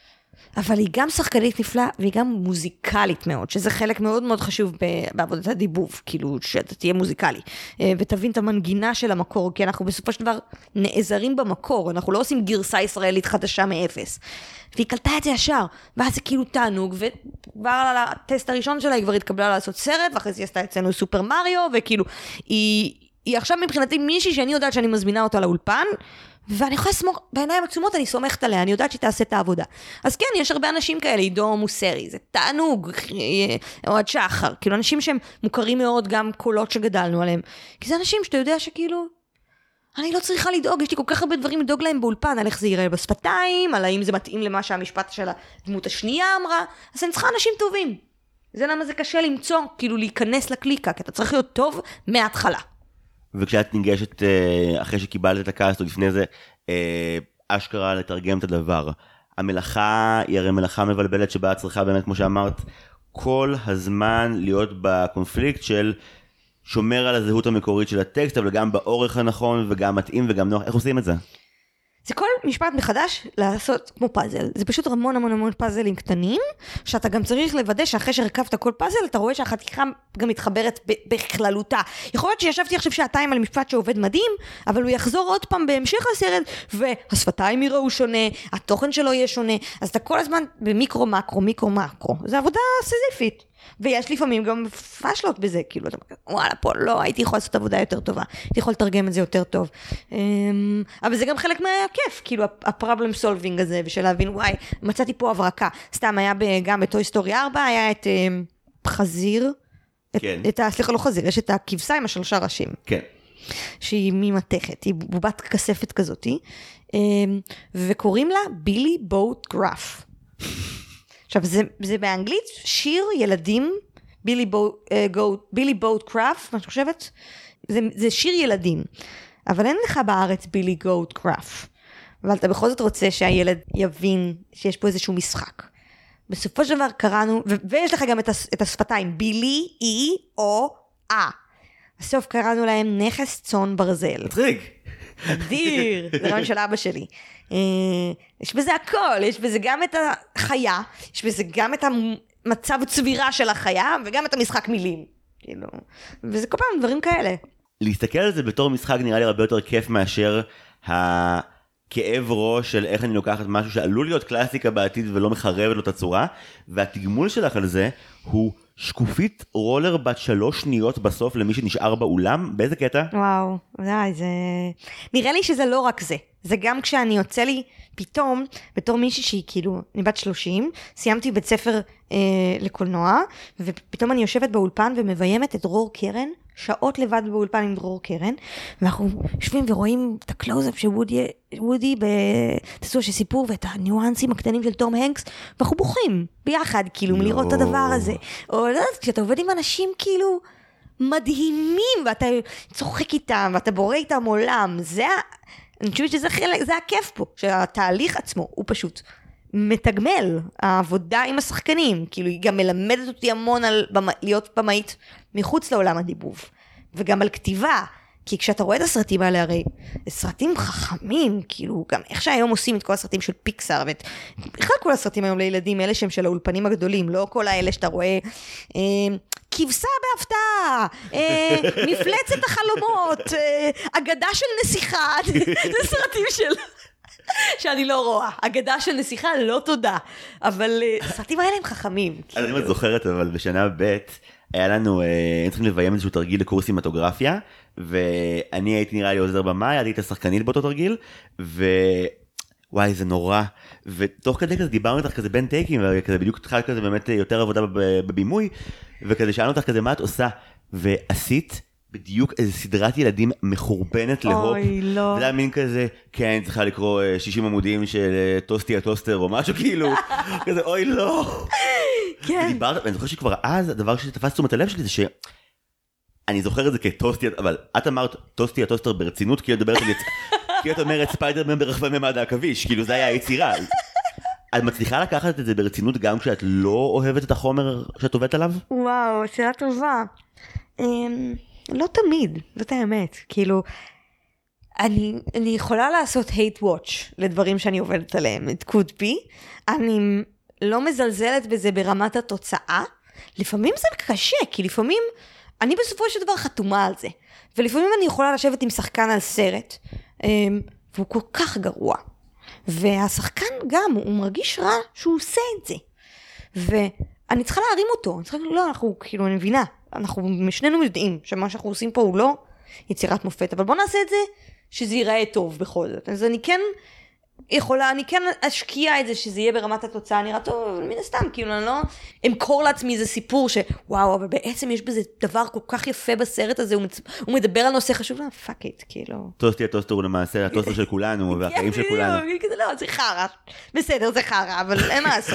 אבל היא גם שחקנית נפלאה, והיא גם מוזיקלית מאוד, שזה חלק מאוד מאוד חשוב בעבודת הדיבוב, כאילו שאתה תהיה מוזיקלי, ותבין את המנגינה של המקור, כי אנחנו בסופו של דבר נעזרים במקור, אנחנו לא עושים גרסה ישראלית חדשה מאפס. והיא קלטה את זה ישר, ואז זה כאילו תענוג, וכבר על הטסט הראשון שלה היא כבר התקבלה לעשות סרט, ואחרי זה היא עשתה אצלנו סופר מריו, וכאילו, היא, היא עכשיו מבחינתי מישהי שאני יודעת שאני מזמינה אותה לאולפן, ואני יכולה לסמוך, בעיניים עצומות אני סומכת עליה, אני יודעת שהיא תעשה את העבודה. אז כן, יש הרבה אנשים כאלה, עידו מוסרי, זה תענוג, או עד שחר, כאילו אנשים שהם מוכרים מאוד, גם קולות שגדלנו עליהם. כי זה אנשים שאתה יודע שכאילו, אני לא צריכה לדאוג, יש לי כל כך הרבה דברים לדאוג להם באולפן, על איך זה ייראה בשפתיים, על האם זה מתאים למה שהמשפט של הדמות השנייה אמרה, אז אני צריכה אנשים טובים. זה למה זה קשה למצוא, כאילו להיכנס לקליקה, כי אתה צריך להיות טוב מההתחלה. וכשאת ניגשת, אחרי שקיבלת את הקאסט, או לפני זה, אשכרה לתרגם את הדבר. המלאכה היא הרי מלאכה מבלבלת, שבה צריכה באמת, כמו שאמרת, כל הזמן להיות בקונפליקט של שומר על הזהות המקורית של הטקסט, אבל גם באורך הנכון, וגם מתאים וגם נוח. איך עושים את זה? זה כל משפט מחדש לעשות כמו פאזל. זה פשוט המון המון המון פאזלים קטנים, שאתה גם צריך לוודא שאחרי שהרכבת כל פאזל, אתה רואה שהחתיכה גם מתחברת בכללותה. יכול להיות שישבתי עכשיו שעתיים על משפט שעובד מדהים, אבל הוא יחזור עוד פעם בהמשך הסרט, והשפתיים יראו שונה, התוכן שלו יהיה שונה, אז אתה כל הזמן במיקרו מקרו, מיקרו מקרו. זה עבודה סיזיפית. ויש לפעמים גם פשלות בזה, כאילו, אתה אומר, וואלה, פה לא, הייתי יכול לעשות עבודה יותר טובה, הייתי יכול לתרגם את זה יותר טוב. אבל זה גם חלק מהכיף, כאילו, הפרובלם סולבינג הזה, ושל להבין, וואי, מצאתי פה הברקה. סתם, היה גם בטוי סטורי ארבע, היה את חזיר, את ה, סליחה, לא חזיר, יש את הכבשה עם השלושה ראשים. כן. שהיא ממתכת, היא בובת כספת כזאת, וקוראים לה בילי בוט גרף. עכשיו, זה, זה באנגלית שיר ילדים, בילי בוט, בילי בוט קראפ, מה את חושבת? זה, זה שיר ילדים, אבל אין לך בארץ בילי בוט קראפ, אבל אתה בכל זאת רוצה שהילד יבין שיש פה איזשהו משחק. בסופו של דבר קראנו, ו- ויש לך גם את, הס, את השפתיים, בילי, אי, או, אה. בסוף קראנו להם נכס צאן ברזל. מצחיק. אדיר, זה רעיון של אבא שלי. יש בזה הכל, יש בזה גם את החיה, יש בזה גם את המצב צבירה של החיה, וגם את המשחק מילים. כאילו, וזה כל פעם דברים כאלה. להסתכל על זה בתור משחק נראה לי הרבה יותר כיף מאשר הכאב ראש של איך אני לוקחת משהו שעלול להיות קלאסיקה בעתיד ולא מחרב לו את הצורה, והתגמול שלך על זה הוא שקופית רולר בת שלוש שניות בסוף למי שנשאר באולם. באיזה קטע? וואו, די, זה... נראה לי שזה לא רק זה. זה גם כשאני יוצא לי פתאום, בתור מישהי שהיא כאילו, אני בת שלושים, סיימתי בית ספר אה, לקולנוע, ופתאום אני יושבת באולפן ומביימת את דרור קרן, שעות לבד באולפן עם דרור קרן, ואנחנו יושבים ורואים את הקלוז-אפ של וודי, וודי בתסור של סיפור, ואת הניואנסים הקטנים של תום הנקס, ואנחנו בוכים ביחד, כאילו, מלראות את הדבר הזה. או לא יודעת, כשאתה עובד עם אנשים כאילו מדהימים, ואתה צוחק איתם, ואתה בורא איתם עולם, זה, אני חושבת שזה חלק, זה הכיף פה, שהתהליך עצמו הוא פשוט מתגמל, העבודה עם השחקנים, כאילו היא גם מלמדת אותי המון על להיות במאית מחוץ לעולם הדיבוב, וגם על כתיבה, כי כשאתה רואה את הסרטים האלה, הרי סרטים חכמים, כאילו גם איך שהיום עושים את כל הסרטים של פיקסאר, ובכלל כל הסרטים היום לילדים, אלה שהם של האולפנים הגדולים, לא כל האלה שאתה רואה, אה, כבשה בהפתעה, אה, מפלצת החלומות, אה, אגדה של נסיכה, זה סרטים של... שאני לא רואה, אגדה של נסיכה, לא תודה, אבל הסרטים האלה הם חכמים. אז אם את זוכרת, אבל בשנה ב' היה לנו, היינו צריכים לביים איזשהו תרגיל לקורס סימטוגרפיה, ואני הייתי נראה לי עוזר במאי, הייתי השחקנית באותו תרגיל, ווואי זה נורא, ותוך כדי כזה דיברנו איתך כזה בין טייקים, וכזה בדיוק התחלת כזה באמת יותר עבודה בבימוי, וכזה שאלנו אותך כזה מה את עושה, ועשית בדיוק איזו סדרת ילדים מחורבנת להופ. אוי, לא. זה היה מין כזה, כן, צריכה לקרוא שישים עמודים של טוסטי הטוסטר או משהו כאילו, כזה, אוי, לא. כן. ודיברת, ואני זוכר שכבר אז, הדבר שתפס תשומת הלב שלי זה ש... אני זוכר את זה כטוסטי, אבל את אמרת טוסטי הטוסטר ברצינות, כי את מדברת על יצ... כי את אומרת ספיידרמן ברחבי ממד העכביש, כאילו זה היה היצירה. את מצליחה לקחת את זה ברצינות גם כשאת לא אוהבת את החומר שאת עובדת עליו? וואו, שאלה טובה. לא תמיד, זאת האמת. כאילו, אני, אני יכולה לעשות hate watch לדברים שאני עובדת עליהם. It could be. אני לא מזלזלת בזה ברמת התוצאה. לפעמים זה קשה, כי לפעמים אני בסופו של דבר חתומה על זה. ולפעמים אני יכולה לשבת עם שחקן על סרט, והוא כל כך גרוע. והשחקן גם, הוא מרגיש רע שהוא עושה את זה. ואני צריכה להרים אותו. אני צריכה, לא, אנחנו, כאילו, אני מבינה. אנחנו משנינו יודעים שמה שאנחנו עושים פה הוא לא יצירת מופת, אבל בוא נעשה את זה שזה ייראה טוב בכל זאת. אז אני כן יכולה, אני כן אשקיע את זה שזה יהיה ברמת התוצאה נראה טוב, אבל מן הסתם, כאילו אני לא אמכור לעצמי איזה סיפור שוואו, אבל בעצם יש בזה דבר כל כך יפה בסרט הזה, הוא, מצ... הוא מדבר על נושא חשוב, לא, פאק איט, כאילו. טוסטי הטוסטר הוא למעשה הטוסטר של כולנו, והחיים של כולנו. לא, זה חרה. בסדר, זה חרה, אבל אין מה לעשות.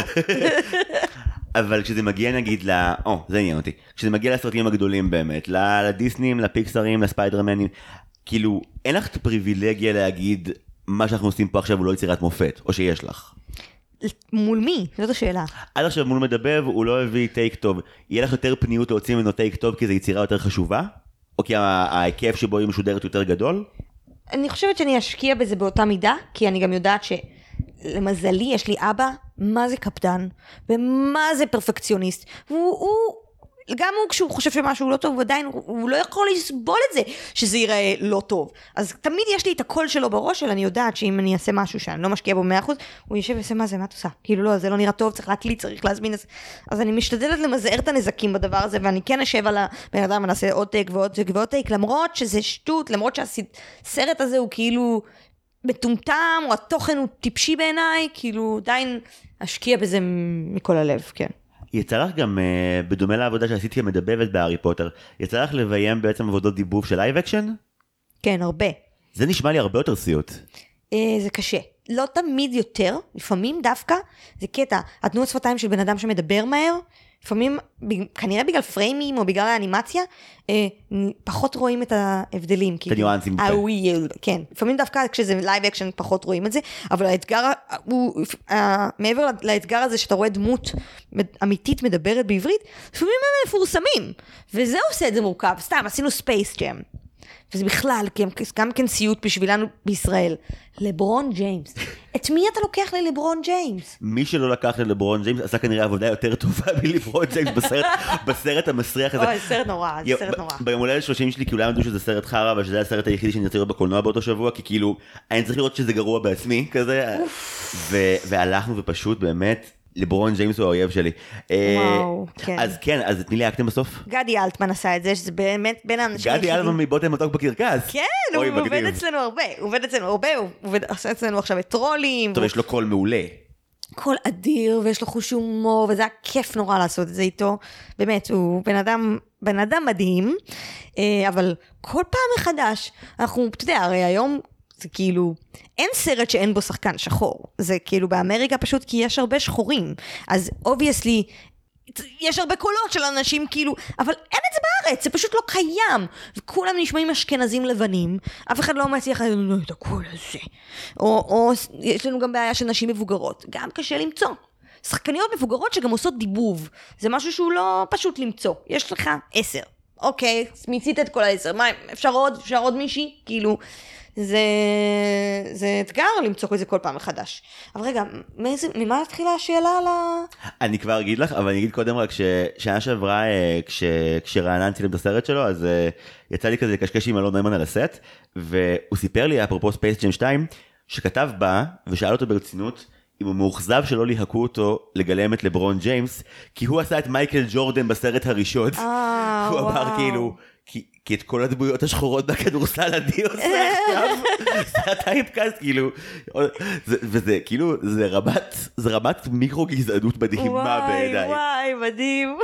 אבל כשזה מגיע נגיד ל... או, זה עניין אותי. כשזה מגיע לסרטים הגדולים באמת, לדיסנים, לפיקסרים, לספיידרמנים, כאילו, אין לך את הפריבילגיה להגיד מה שאנחנו עושים פה עכשיו הוא לא יצירת מופת, או שיש לך? מול מי? זאת השאלה. עד עכשיו מול מדבב הוא לא הביא טייק טוב. יהיה לך יותר פניות להוציא ממנו טייק טוב כי זו יצירה יותר חשובה? או כי ההיקף שבו היא משודרת יותר גדול? אני חושבת שאני אשקיע בזה באותה מידה, כי אני גם יודעת שלמזלי יש לי אבא, מה זה קפדן, ומה זה פרפקציוניסט, והוא, הוא, גם הוא כשהוא חושב שמשהו לא טוב, הוא עדיין, הוא לא יכול לסבול את זה, שזה ייראה לא טוב. אז תמיד יש לי את הקול שלו בראש, אבל אני יודעת שאם אני אעשה משהו שאני לא משקיע בו מאה אחוז, הוא יושב ועושה מה זה, מה את עושה? כאילו לא, זה לא נראה טוב, צריך להקליט, צריך להזמין. אז אני משתדלת למזער את הנזקים בדבר הזה, ואני כן אשב על הבן אדם, ונעשה עוד טייק ועוד טייק ועוד טייק, למרות שזה שטות, למרות שהסרט הזה הוא כאילו מטומטם, או התוכן הוא טיפשי בעיניי, כאילו עדיין אשקיע בזה מכל הלב, כן. יצא לך גם, uh, בדומה לעבודה שעשיתי המדבבת בהארי פוטר, יצא לך לביים בעצם עבודות דיבוב של לייב אקשן? כן, הרבה. זה נשמע לי הרבה יותר סיוט. Uh, זה קשה. לא תמיד יותר, לפעמים דווקא, זה קטע, התנועות שפתיים של בן אדם שמדבר מהר, לפעמים, כנראה בגלל פריימים או בגלל האנימציה, אה, פחות רואים את ההבדלים. את הניואנסים. כן, לפעמים דווקא כשזה לייב אקשן פחות רואים את זה, אבל האתגר, הוא, אה, מעבר לאתגר הזה שאתה רואה דמות אמיתית מדברת בעברית, לפעמים הם מפורסמים, וזה עושה את זה מורכב. סתם, עשינו ספייס ג'ם. וזה בכלל, גם כן סיוט בשבילנו בישראל. לברון ג'יימס. את מי אתה לוקח ללברון ג'יימס? מי שלא לקח ללברון ג'יימס עשה כנראה עבודה יותר טובה מלברון ג'יימס בסרט, בסרט המסריח הזה. אוי, סרט נורא, זה סרט נורא. ביום הולדת שלושים שלי, כי אולי ידעו שזה סרט חרא, אבל שזה הסרט היחידי שאני רוצה לראות בקולנוע באותו שבוע, כי כאילו, אני צריך לראות שזה גרוע בעצמי, כזה. והלכנו ופשוט באמת, לברון ג'יימס הוא האויב שלי. וואו, כן. אז כן, אז את מי להקתם בסוף? גדי אלטמן עשה את זה, שזה באמת בין האנשים גדי אלטמן מבוטם מתוק בקרקס. כן, הוא עובד אצלנו הרבה, הוא עובד אצלנו הרבה, הוא עושה אצלנו עכשיו את טרולים. טוב, יש לו קול מעולה. קול אדיר, ויש לו חוש הומור, וזה היה כיף נורא לעשות את זה איתו. באמת, הוא בן אדם, בן אדם מדהים, אבל כל פעם מחדש, אנחנו, אתה יודע, הרי היום, זה כאילו, אין סרט שאין בו שחקן שחור. זה כאילו באמריקה פשוט כי יש הרבה שחורים. אז obviously, יש הרבה קולות של אנשים כאילו, אבל אין את זה בארץ, זה פשוט לא קיים. וכולם נשמעים אשכנזים לבנים, אף אחד לא מצליח לנו את הקול הזה. או, או יש לנו גם בעיה של נשים מבוגרות, גם קשה למצוא. שחקניות מבוגרות שגם עושות דיבוב. זה משהו שהוא לא פשוט למצוא. יש לך עשר. אוקיי, מיצית את כל העשר. מה, אפשר עוד? אפשר עוד מישהי? כאילו... זה, זה אתגר למצוא את זה כל פעם מחדש. אבל רגע, מאיזה, ממה התחילה השאלה על ה... אני כבר אגיד לך, אבל אני אגיד קודם רק ששנה שעברה, כש, כשרענן צילם את הסרט שלו, אז יצא לי כזה לקשקש עם אלון נוימן על הסט, והוא סיפר לי, אפרופו ספייס ג'ם שתיים, שכתב בה, ושאל אותו ברצינות, אם הוא מאוכזב שלא ליהקו אותו לגלם את לברון ג'יימס, כי הוא עשה את מייקל ג'ורדן בסרט הראשון. אה, הוא וואו. אמר כאילו... כי, כי את כל הדמויות השחורות בכדורסל אני עושה עכשיו, זה הטייפקאסט, כאילו, זה, וזה כאילו, זה רמת, זה רמת מיקרו גזענות מדהימה בעיניי. וואי, וואי, מדהים.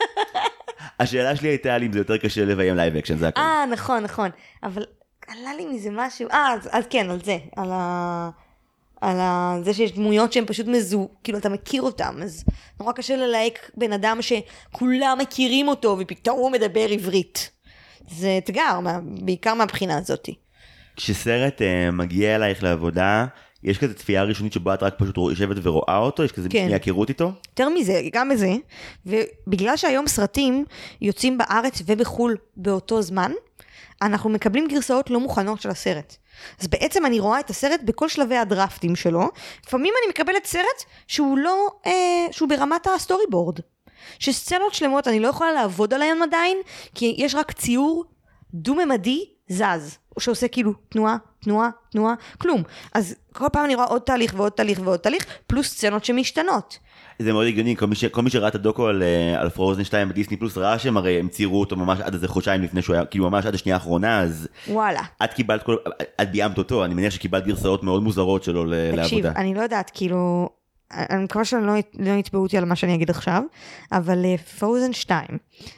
השאלה שלי הייתה לי אם זה יותר קשה לביים לייב אקשן, זה הכל. אה, נכון, נכון, אבל עלה לי מזה משהו, אה, אז, אז כן, על זה, על ה... על ה... זה שיש דמויות שהן פשוט מזו, כאילו אתה מכיר אותם, אז נורא קשה ללהק בן אדם שכולם מכירים אותו, ופתאום הוא מדבר עברית. זה אתגר, בעיקר מהבחינה הזאת. כשסרט uh, מגיע אלייך לעבודה, יש כזה צפייה ראשונית שבו את רק פשוט יושבת ורואה אותו? יש כזה כן. שנייה הכירות איתו? יותר מזה, גם מזה, ובגלל שהיום סרטים יוצאים בארץ ובחול באותו זמן, אנחנו מקבלים גרסאות לא מוכנות של הסרט. אז בעצם אני רואה את הסרט בכל שלבי הדרפטים שלו, לפעמים אני מקבלת סרט שהוא לא, אה, שהוא ברמת הסטורי בורד. שסצנות שלמות אני לא יכולה לעבוד עליהן עדיין, כי יש רק ציור דו-ממדי זז, או שעושה כאילו תנועה, תנועה, תנועה, כלום. אז כל פעם אני רואה עוד תהליך ועוד תהליך ועוד תהליך, פלוס סצנות שמשתנות. זה מאוד הגיוני, כל מי, ש, כל מי שראה את הדוקו על, על פרוזן שתיים בדיסני פלוס ראה שהם הרי הם ציירו אותו ממש עד איזה חודשיים לפני שהוא היה, כאילו ממש עד השנייה האחרונה, אז... וואלה. את קיבלת כל... את ביימת אותו, אני מניח שקיבלת גרסאות מאוד מוזרות שלו לעבודה. תקשיב, אני לא יודעת, כאילו... אני מקווה שאני לא, לא יתבעו אותי על מה שאני אגיד עכשיו, אבל פרוזן שתיים,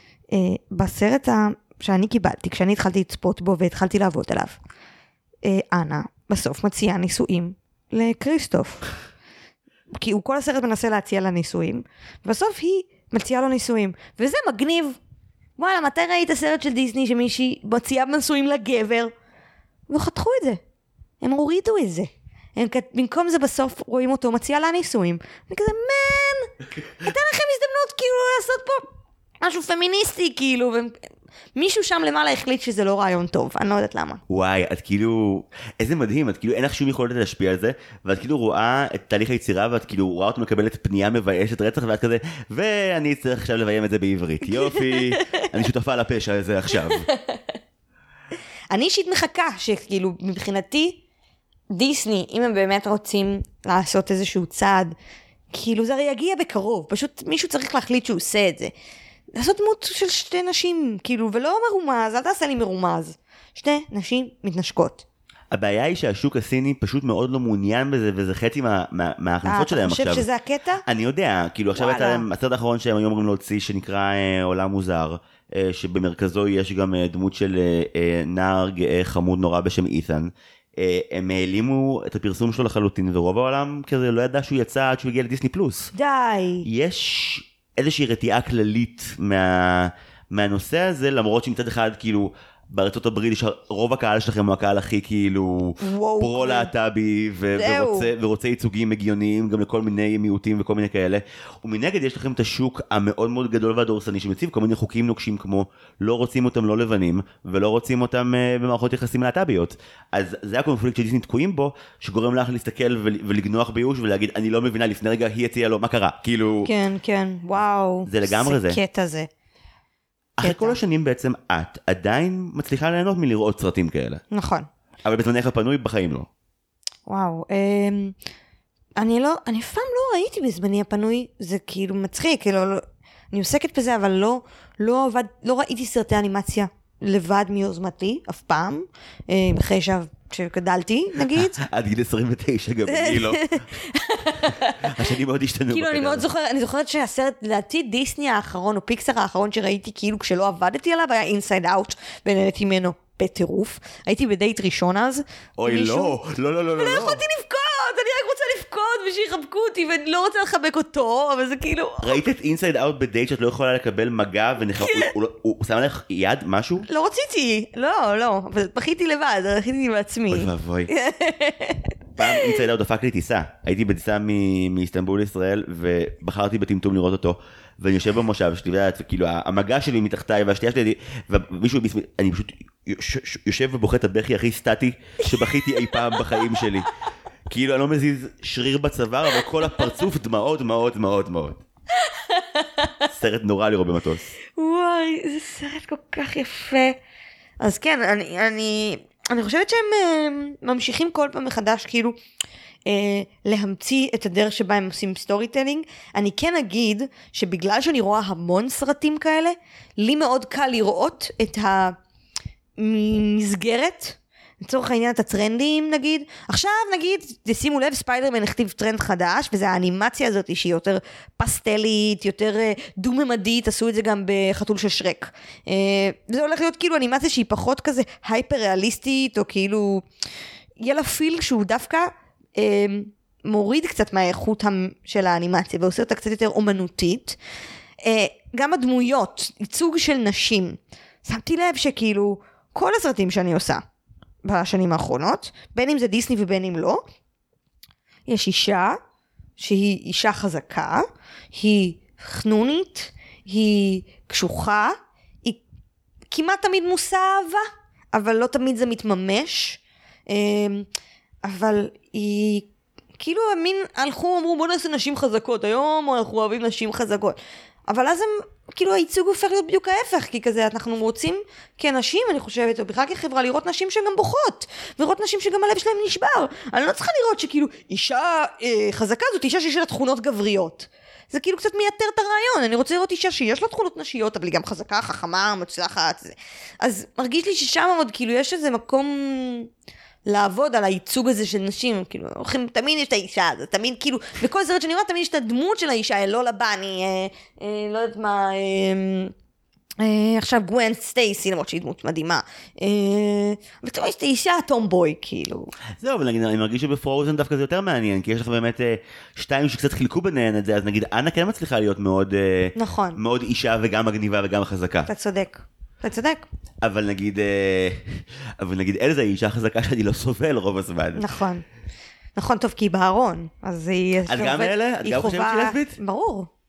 בסרט שאני קיבלתי, כשאני התחלתי לצפות בו והתחלתי לעבוד עליו, אנה בסוף מציעה נישואים לקריסטוף. כי הוא כל הסרט מנסה להציע לה נישואים, ובסוף היא מציעה לו נישואים, וזה מגניב. וואלה, מתי ראית סרט של דיסני שמישהי מציעה נישואים לגבר? וחתכו את זה. הם הורידו את זה. הם, במקום זה בסוף רואים אותו מציע לה נישואים. אני כזה, מן, הייתה לכם הזדמנות כאילו לעשות פה משהו פמיניסטי כאילו, מישהו שם למעלה החליט שזה לא רעיון טוב, אני לא יודעת למה. וואי, את כאילו, איזה מדהים, את כאילו אין לך שום יכולת להשפיע על זה, ואת כאילו רואה את תהליך היצירה, ואת כאילו רואה אותו מקבלת פנייה מביישת רצח, ואת כזה, ואני צריך עכשיו לביים את זה בעברית, יופי, אני שותפה לפשע הזה עכשיו. אני אישית מחכה שכאילו מבחינתי, דיסני, אם הם באמת רוצים לעשות איזשהו צעד, כאילו זה הרי יגיע בקרוב, פשוט מישהו צריך להחליט שהוא עושה את זה. לעשות דמות של שתי נשים, כאילו, ולא מרומז, אל תעשה לי מרומז. שתי נשים מתנשקות. הבעיה היא שהשוק הסיני פשוט מאוד לא מעוניין בזה, וזה חצי מה, מה, מההכנסות שלהם עכשיו. אתה חושב שזה הקטע? אני יודע, כאילו עכשיו יצא להם, הסרט האחרון שהם היו אומרים להוציא, שנקרא אה, עולם מוזר, אה, שבמרכזו יש גם אה, דמות של אה, אה, נער גאה חמוד נורא בשם אית'ן. אה, הם העלימו את הפרסום שלו לחלוטין, ורוב העולם כזה לא ידע שהוא יצא עד שהוא הגיע לדיסני פלוס. די. יש איזושהי רתיעה כללית מה, מהנושא הזה, למרות שמצד אחד כאילו, בארצות הברית רוב הקהל שלכם הוא הקהל הכי כאילו פרו-להט"בי ורוצה, ורוצה ייצוגים הגיוניים גם לכל מיני מיעוטים וכל מיני כאלה. ומנגד יש לכם את השוק המאוד מאוד גדול והדורסני שמציב כל מיני חוקים נוקשים כמו לא רוצים אותם לא לבנים ולא רוצים אותם במערכות יחסים להט"ביות. אז זה הקונפליקט שדיסני תקועים בו, שגורם לך להסתכל ולגנוח ביוש ולהגיד אני לא מבינה, לפני רגע היא הציעה לו מה קרה, כאילו כן כן וואו זה לגמרי זה קטע זה. אחרי כל השנים בעצם את עדיין מצליחה ליהנות מלראות סרטים כאלה. נכון. אבל בזמנך הפנוי בחיים לא. וואו, אני לא, אני אף פעם לא ראיתי בזמני הפנוי, זה כאילו מצחיק, כאילו, אני עוסקת בזה, אבל לא, לא עבד, לא ראיתי סרטי אנימציה לבד מיוזמתי, אף פעם, אחרי שגדלתי, נגיד. עד גיל עשרים ותשע גם אני לא. השנים מאוד השתנו. כאילו אני מאוד זוכרת, אני זוכרת שהסרט, לדעתי דיסני האחרון, או פיקסר האחרון שראיתי, כאילו כשלא עבדתי עליו, היה אינסייד אאוט, ונהניתי ממנו בטירוף. הייתי בדייט ראשון אז. אוי לא, לא, לא, לא, לא. ולא יכולתי לבכות, אני רק רוצה לבכות, ושיחבקו אותי, ואני לא רוצה לחבק אותו, אבל זה כאילו... ראית את אינסייד אאוט בדייט שאת לא יכולה לקבל מגע, הוא שם לך יד, משהו? לא רציתי, לא, לא, אבל בכיתי לבד, בכיתי בעצמי. אוי ואבוי. פעם אינסייד אאוט דפק לי טיסה, הייתי בטיסה מאיסטנבול לישראל, ובחרתי בטמטום לראות אותו, ואני יושב במושב שלי, וכאילו המגע שלי מתחתיי, והשתייה שלי, ומישהו, אני פשוט יושב ובוכה את הבכי הכי סטטי, שבכיתי אי פעם בחיים שלי. כאילו אני לא מזיז שריר בצוואר, אבל כל הפרצוף דמעות, דמעות, דמעות, דמעות. סרט נורא לראות במטוס. וואי, זה סרט כל כך יפה. אז כן, אני, אני, אני חושבת שהם uh, ממשיכים כל פעם מחדש, כאילו, uh, להמציא את הדרך שבה הם עושים סטורי טלינג. אני כן אגיד שבגלל שאני רואה המון סרטים כאלה, לי מאוד קל לראות את המסגרת, לצורך העניין את הטרנדים נגיד, עכשיו נגיד, שימו לב, ספיידרמן הכתיב טרנד חדש, וזה האנימציה הזאת שהיא יותר פסטלית, יותר דו-ממדית, עשו את זה גם בחתול של שרק. וזה הולך להיות כאילו אנימציה שהיא פחות כזה הייפר ריאליסטית, או כאילו, יהיה לה פיל שהוא דווקא מוריד קצת מהאיכות של האנימציה, ועושה אותה קצת יותר אומנותית. גם הדמויות, ייצוג של נשים, שמתי לב שכאילו, כל הסרטים שאני עושה, בשנים האחרונות, בין אם זה דיסני ובין אם לא, יש אישה שהיא אישה חזקה, היא חנונית, היא קשוחה, היא כמעט תמיד מושא אהבה, אבל לא תמיד זה מתממש, אבל היא כאילו המין הלכו, אמרו בוא נעשה נשים חזקות, היום אנחנו אוהבים נשים חזקות, אבל אז הם, כאילו הייצוג הופך להיות בדיוק ההפך, כי כזה אנחנו רוצים כאנשים, אני חושבת, או בכלל כחברה, לראות נשים שגם בוכות, ולראות נשים שגם הלב שלהם נשבר. אני לא צריכה לראות שכאילו אישה אה, חזקה זאת אישה שיש לה תכונות גבריות. זה כאילו קצת מייתר את הרעיון, אני רוצה לראות אישה שיש לה תכונות נשיות, אבל היא גם חזקה, חכמה, מצלחת. זה. אז מרגיש לי ששם עוד כאילו יש איזה מקום לעבוד על הייצוג הזה של נשים, כאילו, תמיד יש את האישה הזאת, תמיד כאילו, בכל סרט שאני רואה, תמיד יש את הדמות של האישה, לא לבני, אה, אה, לא יודעת מה, אה, אה, עכשיו גווין סטייסי, למרות שהיא דמות מדהימה, אה, אבל תמיד יש את האישה הטומבוי, כאילו. זהו, אבל נגיד, אני מרגיש שבפרוזן דווקא זה יותר מעניין, כי יש לך באמת אה, שתיים שקצת חילקו ביניהן את זה, אז נגיד, אנה כן מצליחה להיות מאוד, אה, נכון. מאוד אישה וגם מגניבה וגם חזקה. אתה צודק. אתה צודק. אבל נגיד, אבל נגיד, אלזה היא אישה חזקה שאני לא סובל רוב הזמן. נכון. נכון, טוב, כי היא בארון. אז היא... את גם אלה? את גם חושבת שהיא לסבית? ברור.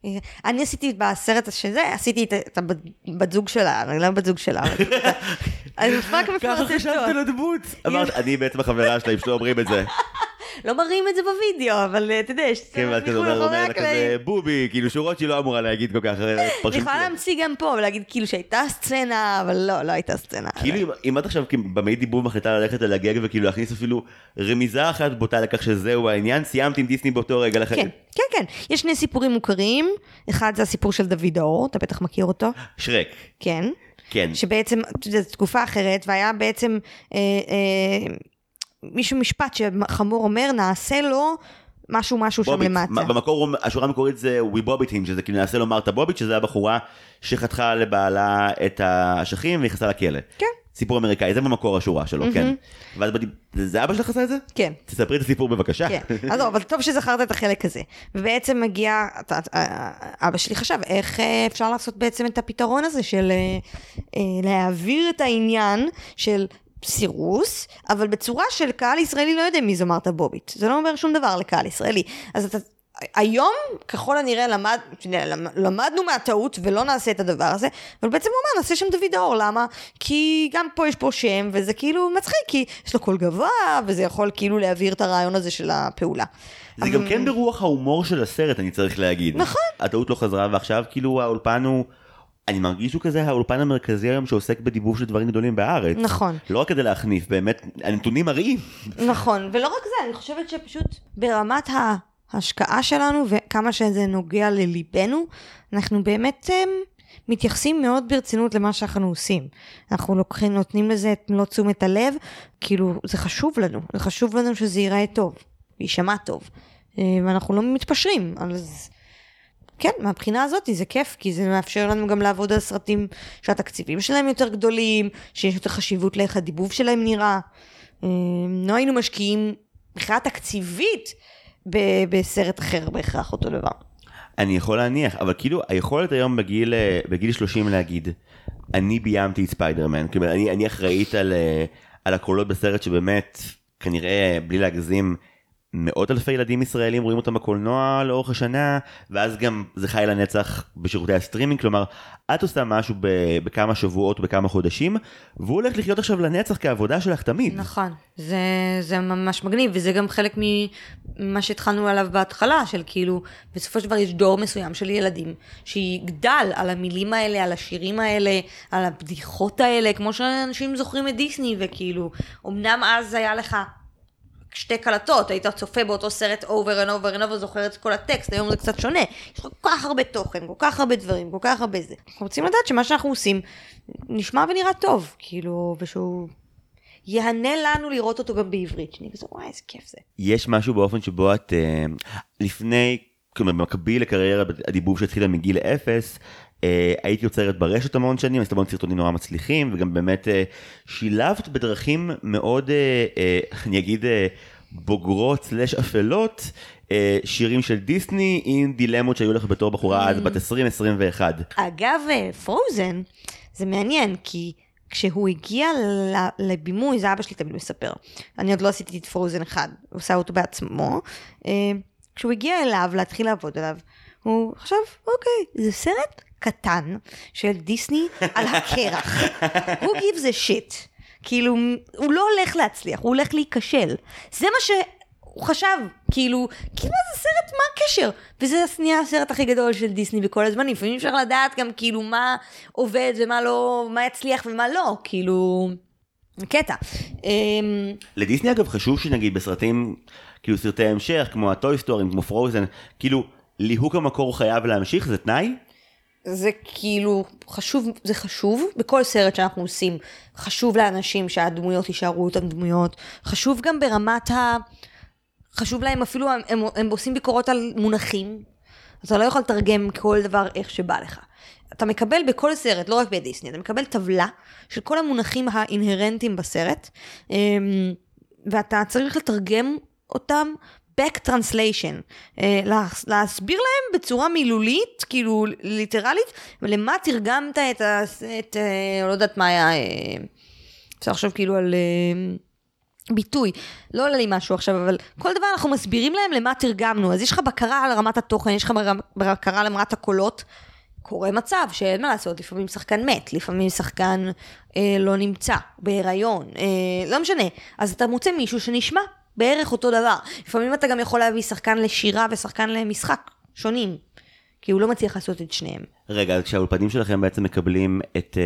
אני עשיתי בסרט שזה, עשיתי את הבת זוג שלה, אני לא בת זוג שלה. אני מפרק מפרסת טוב. ככה חשבת על הדמות. אמרת, אני בעצם החברה שלהם שלא אומרים את זה. לא מראים את זה בווידאו, אבל אתה יודע, יש כן, ואת כזה אומר לה כזה בובי, כאילו שורות שהיא לא אמורה להגיד כל כך. אני יכולה להמציא גם פה, ולהגיד כאילו שהייתה סצנה, אבל לא, לא הייתה סצנה. כאילו, אם את עכשיו במאי דיבוב מחליטה ללכת על הגג, וכאילו להכניס אפילו רמיזה אחת בוטה לכך שזהו העניין, סיימת עם דיסני באותו רגע לכם. כן, כן, כן. יש שני סיפורים מוכרים, אחד זה הסיפור של דוד האור, אתה בטח מכיר אותו. שרק. כן. כן. שבעצם, זו תקופה אחרת, והיה בעצם אה, אה, מישהו משפט שחמור אומר, נעשה לו משהו משהו שם למטה. במקור, השורה המקורית זה We Bobbit him, שזה כאילו נעשה לו מרתה בוביט, שזה הבחורה שחתכה לבעלה את האשכים ונכנסה לכלא. כן. סיפור אמריקאי, זה במקור השורה שלו, כן. ואז זה אבא שלך עשה את זה? כן. תספרי את הסיפור בבקשה. כן, אז לא, אבל טוב שזכרת את החלק הזה. ובעצם מגיע, אבא שלי חשב, איך אפשר לעשות בעצם את הפתרון הזה של להעביר את העניין של סירוס, אבל בצורה של קהל ישראלי לא יודע מי זו מרתה בוביט. זה לא אומר שום דבר לקהל ישראלי. אז אתה... היום, ככל הנראה, למד, למדנו מהטעות ולא נעשה את הדבר הזה, אבל בעצם הוא אומר, נעשה שם דוד האור, למה? כי גם פה יש פה שם, וזה כאילו מצחיק, כי יש לו קול גבוה, וזה יכול כאילו להעביר את הרעיון הזה של הפעולה. זה גם כן ברוח ההומור של הסרט, אני צריך להגיד. נכון. הטעות לא חזרה, ועכשיו כאילו האולפן הוא... אני מרגיש שהוא כזה האולפן המרכזי היום שעוסק בדיבוב של דברים גדולים בארץ. נכון. לא רק כדי להכניף, באמת, הנתונים מראים. נכון, ולא רק זה, אני חושבת שפשוט ברמת ה... ההשקעה שלנו וכמה שזה נוגע לליבנו, אנחנו באמת um, מתייחסים מאוד ברצינות למה שאנחנו עושים. אנחנו לוקחים, נותנים לזה את מלוא תשומת הלב, כאילו זה חשוב לנו, זה חשוב לנו שזה ייראה טוב, וישמע טוב, ואנחנו לא מתפשרים. אז כן, מהבחינה הזאת זה כיף, כי זה מאפשר לנו גם לעבוד על סרטים שהתקציבים שלהם יותר גדולים, שיש יותר חשיבות לאיך הדיבוב שלהם נראה. לא היינו משקיעים בכלל תקציבית, בסרט אחר בהכרח אותו דבר. אני יכול להניח, אבל כאילו היכולת היום בגיל, בגיל שלושים להגיד, אני ביימתי את ספיידרמן, כאילו אני, אני אחראית על, על הקולות בסרט שבאמת, כנראה בלי להגזים, מאות אלפי ילדים ישראלים רואים אותם בקולנוע לאורך השנה, ואז גם זה חי לנצח בשירותי הסטרימינג, כלומר, את עושה משהו בכמה שבועות, בכמה חודשים, והוא הולך לחיות עכשיו לנצח כעבודה שלך תמיד. נכון, זה, זה ממש מגניב, וזה גם חלק ממה שהתחלנו עליו בהתחלה, של כאילו, בסופו של דבר יש דור מסוים של ילדים, שיגדל על המילים האלה, על השירים האלה, על הבדיחות האלה, כמו שאנשים זוכרים את דיסני, וכאילו, אמנם אז היה לך, שתי קלטות, היית צופה באותו סרט over and over and over, זוכר את כל הטקסט, היום זה קצת שונה, יש לך כל כך הרבה תוכן, כל כך הרבה דברים, כל כך הרבה זה. אנחנו רוצים לדעת שמה שאנחנו עושים, נשמע ונראה טוב, כאילו, ושהוא יענה לנו לראות אותו גם בעברית, שאני כזה, וואי, איזה כיף זה. יש משהו באופן שבו את, לפני, כלומר, במקביל לקריירה הדיבוב שהתחילה מגיל אפס, הייתי יוצרת ברשת המון שנים, עשית המון סרטונים נורא מצליחים, וגם באמת שילבת בדרכים מאוד, אני אגיד, בוגרות סלש אפלות, שירים של דיסני עם דילמות שהיו לך בתור בחורה אז בת עשרים עשרים ואחת. אגב, פרוזן, זה מעניין, כי כשהוא הגיע לבימוי, זה אבא שלי תמיד מספר, אני עוד לא עשיתי את פרוזן אחד, הוא עושה אותו בעצמו, כשהוא הגיע אליו להתחיל לעבוד עליו, הוא חשב, אוקיי, זה סרט קטן של דיסני על הקרח. Who gives a shit? כאילו, הוא לא הולך להצליח, הוא הולך להיכשל. זה מה שהוא חשב, כאילו, כאילו זה סרט, מה הקשר? וזה נהיה הסרט הכי גדול של דיסני בכל הזמן. לפעמים אפשר לדעת גם כאילו מה עובד ומה לא, מה יצליח ומה לא, כאילו, קטע. לדיסני אגב חשוב שנגיד בסרטים, כאילו סרטי המשך, כמו הטוי סטורי, כמו פרוזן, כאילו, ליהוק המקור חייב להמשיך, זה תנאי? זה כאילו חשוב, זה חשוב, בכל סרט שאנחנו עושים, חשוב לאנשים שהדמויות יישארו אותן דמויות, חשוב גם ברמת ה... חשוב להם אפילו, הם, הם, הם עושים ביקורות על מונחים, אז אתה לא יכול לתרגם כל דבר איך שבא לך. אתה מקבל בכל סרט, לא רק בדיסני, אתה מקבל טבלה של כל המונחים האינהרנטיים בסרט, ואתה צריך לתרגם אותם back translation, להסביר להם בצורה מילולית, כאילו ליטרלית, ולמה תרגמת את, ה, את לא יודעת מה היה, אפשר לחשוב כאילו על ביטוי, לא עולה לי משהו עכשיו, אבל כל דבר אנחנו מסבירים להם למה תרגמנו, אז יש לך בקרה על רמת התוכן, יש לך בקרה על רמת הקולות, קורה מצב שאין מה לעשות, לפעמים שחקן מת, לפעמים שחקן אה, לא נמצא, בהיריון, אה, לא משנה, אז אתה מוצא מישהו שנשמע בערך אותו דבר, לפעמים אתה גם יכול להביא שחקן לשירה ושחקן למשחק, שונים, כי הוא לא מצליח לעשות את שניהם. רגע, כשהאולפנים שלכם בעצם מקבלים את,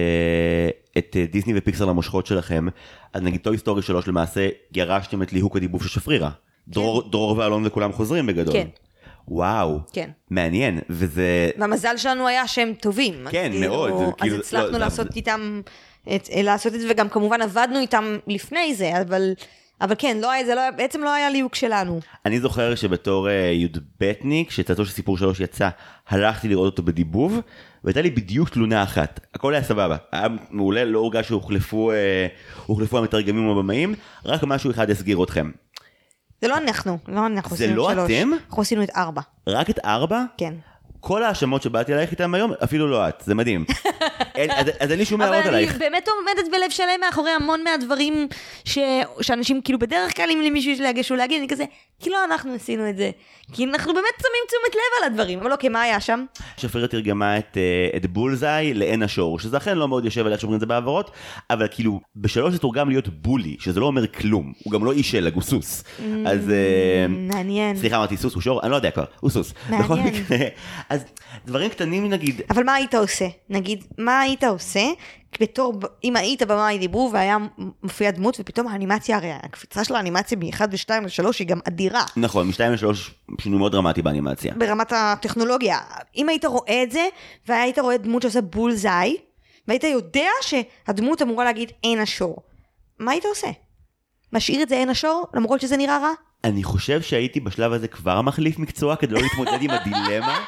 את דיסני ופיקסר למושכות שלכם, אז נגיד טוי סטורי שלוש למעשה ירשתם את ליהוק הדיבוב של שפרירה. כן. דרור, דרור ואלון וכולם חוזרים בגדול. כן. וואו. כן. מעניין, וזה... והמזל שלנו היה שהם טובים. כן, כאילו, מאוד. אז כאילו, הצלחנו לא, לעשות זה... איתם... את, לעשות את זה, וגם כמובן עבדנו איתם לפני זה, אבל... אבל כן, לא היה, זה לא, בעצם לא היה ליהוק שלנו. אני זוכר שבתור יודבטניק, שצאתו של סיפור שלוש יצא, הלכתי לראות אותו בדיבוב, והייתה לי בדיוק תלונה אחת. הכל היה סבבה. היה מעולה, לא הורגש שהוחלפו הוחלפו המתרגמים או הבמאים, רק משהו אחד הסגיר אתכם. זה לא אנחנו, לא אנחנו. זה לא שלוש. אתם? אנחנו עשינו את ארבע. רק את ארבע? כן. כל האשמות שבאתי עלייך איתם היום, אפילו לא את, זה מדהים. אז, אז אין לי שום הערות עלייך. אבל אני באמת עומדת בלב שלם מאחורי המון מהדברים ש... שאנשים כאילו בדרך כלל אם למישהו יש להגש או להגיד, אני כזה, כי לא אנחנו עשינו את זה. כי אנחנו באמת שמים תשומת לב על הדברים, אבל אוקיי, מה היה שם? שפרירה תרגמה את, את בולזאי לעין השור, שזה אכן לא מאוד יושב על איך שאומרים את זה בעברות, אבל כאילו, בשלוש זה תורגם להיות בולי, שזה לא אומר כלום, הוא גם לא איש שלג, הוא סוס. אז... מעניין. סליחה, אמרתי סוס, הוא שור, אני לא יודע כבר, הוא סוס. מעניין. אז דברים קטנים נגיד... אבל מה היית עושה? נגיד, מה היית עושה בתור, אם היית במאי דיברו והיה מופיע דמות, ופתאום האנימציה, הרי הקפיצה של האנימציה מ-אחד ו-שתיים ל-שלוש היא גם אדירה. נכון, מ-שתיים ל-שלוש שינוי מאוד דרמטי באנימציה. ברמת הטכנולוגיה. אם היית רואה את זה, והיית רואה דמות שעושה בולזאי, והיית יודע שהדמות אמורה להגיד אין השור. מה היית עושה? משאיר את זה אין השור, למרות שזה נראה רע? אני חושב שהייתי בשלב הזה כבר מחליף מקצוע, כדי לא להתמודד עם הדילמה.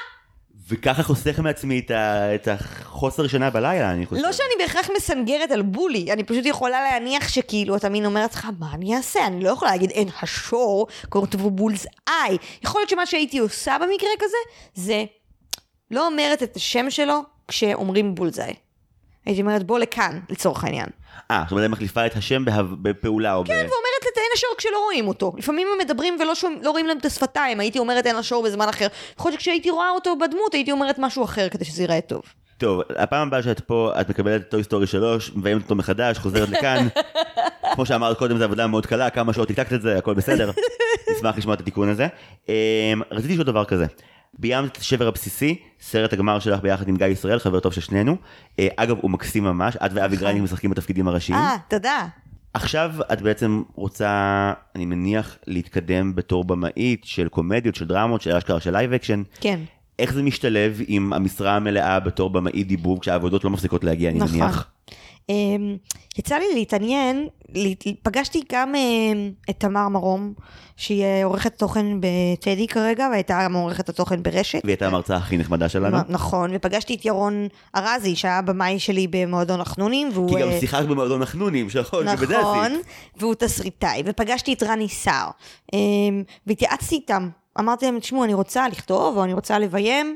וככה חוסך מעצמי את, ה, את החוסר שינה בלילה, אני חושב. לא שאני בהכרח מסנגרת על בולי, אני פשוט יכולה להניח שכאילו, אתה מין אומרת לך, מה אני אעשה? אני לא יכולה להגיד, אין השור, כתבו בולס איי. יכול להיות שמה שהייתי עושה במקרה כזה, זה לא אומרת את השם שלו כשאומרים בולזאי. הייתי אומרת, בוא לכאן, לצורך העניין. אה, זאת אומרת, היא מחליפה את השם בפעולה או ב... כן, ואומרת את אין השור כשלא רואים אותו. לפעמים הם מדברים ולא שומע, לא רואים להם את השפתיים, הייתי אומרת אין השור בזמן אחר. יכול להיות שכשהייתי רואה אותו בדמות, הייתי אומרת משהו אחר כדי שזה ייראה טוב. טוב, הפעם הבאה שאת פה, את מקבלת את טוי סטורי שלוש, מביים אותו מחדש, חוזרת לכאן. כמו שאמרת קודם, זו עבודה מאוד קלה, כמה שעות תקתקת את זה, הכל בסדר. נשמח לשמוע את התיקון הזה. רציתי לשאול דבר כזה. ביימת את השבר הבסיסי, סרט הגמר שלך ביחד עם גיא ישראל, חבר טוב של שנינו. אגב, הוא מקסים ממש, את ואבי גרייניק משחקים בתפקידים הראשיים. אה, תודה. עכשיו את בעצם רוצה, אני מניח, להתקדם בתור במאית של קומדיות, של דרמות, של אשכרה של לייב אקשן. כן. איך זה משתלב עם המשרה המלאה בתור במאית דיבוב, כשהעבודות לא מפסיקות להגיע, אני נכון. מניח? יצא לי להתעניין, פגשתי גם את תמר מרום, שהיא עורכת תוכן בטדי כרגע, והייתה גם עורכת התוכן ברשת. והיא הייתה המרצה הכי נחמדה שלנו. נכון, ופגשתי את ירון ארזי, שהיה במאי שלי במועדון החנונים. כי גם שיחק במועדון החנונים, נכון, נכון, והוא תסריטאי, ופגשתי את רני סער, והתייעצתי איתם, אמרתי להם, תשמעו, אני רוצה לכתוב, או אני רוצה לביים,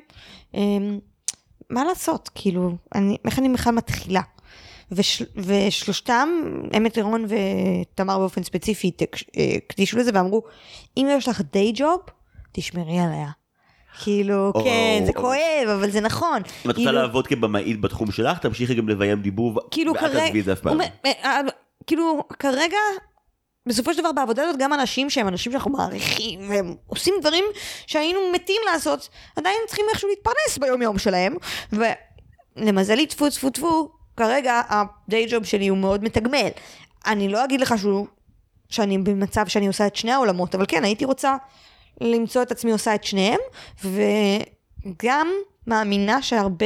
מה לעשות, כאילו, איך אני בכלל מתחילה? וש, ושלושתם, אמת ירון ותמר באופן ספציפי, הקדישו לזה ואמרו, אם יש לך די ג'וב, תשמרי עליה. כאילו, או, כן, או, זה או. כואב, אבל זה נכון. אם את רוצה כאילו, לעבוד כבמאית בתחום שלך, תמשיכי גם לביים דיבוב, כאילו, ואל תעזבי את זה אף פעם. כאילו, כרגע, בסופו של דבר בעבודה הזאת, גם אנשים שהם אנשים שאנחנו מעריכים, והם עושים דברים שהיינו מתים לעשות, עדיין צריכים איכשהו להתפרנס ביום יום שלהם, ולמזלי, תפו, תפו, תפו, כרגע הדיי ג'וב שלי הוא מאוד מתגמל. אני לא אגיד לך שהוא, שאני במצב שאני עושה את שני העולמות, אבל כן, הייתי רוצה למצוא את עצמי עושה את שניהם, וגם מאמינה שהרבה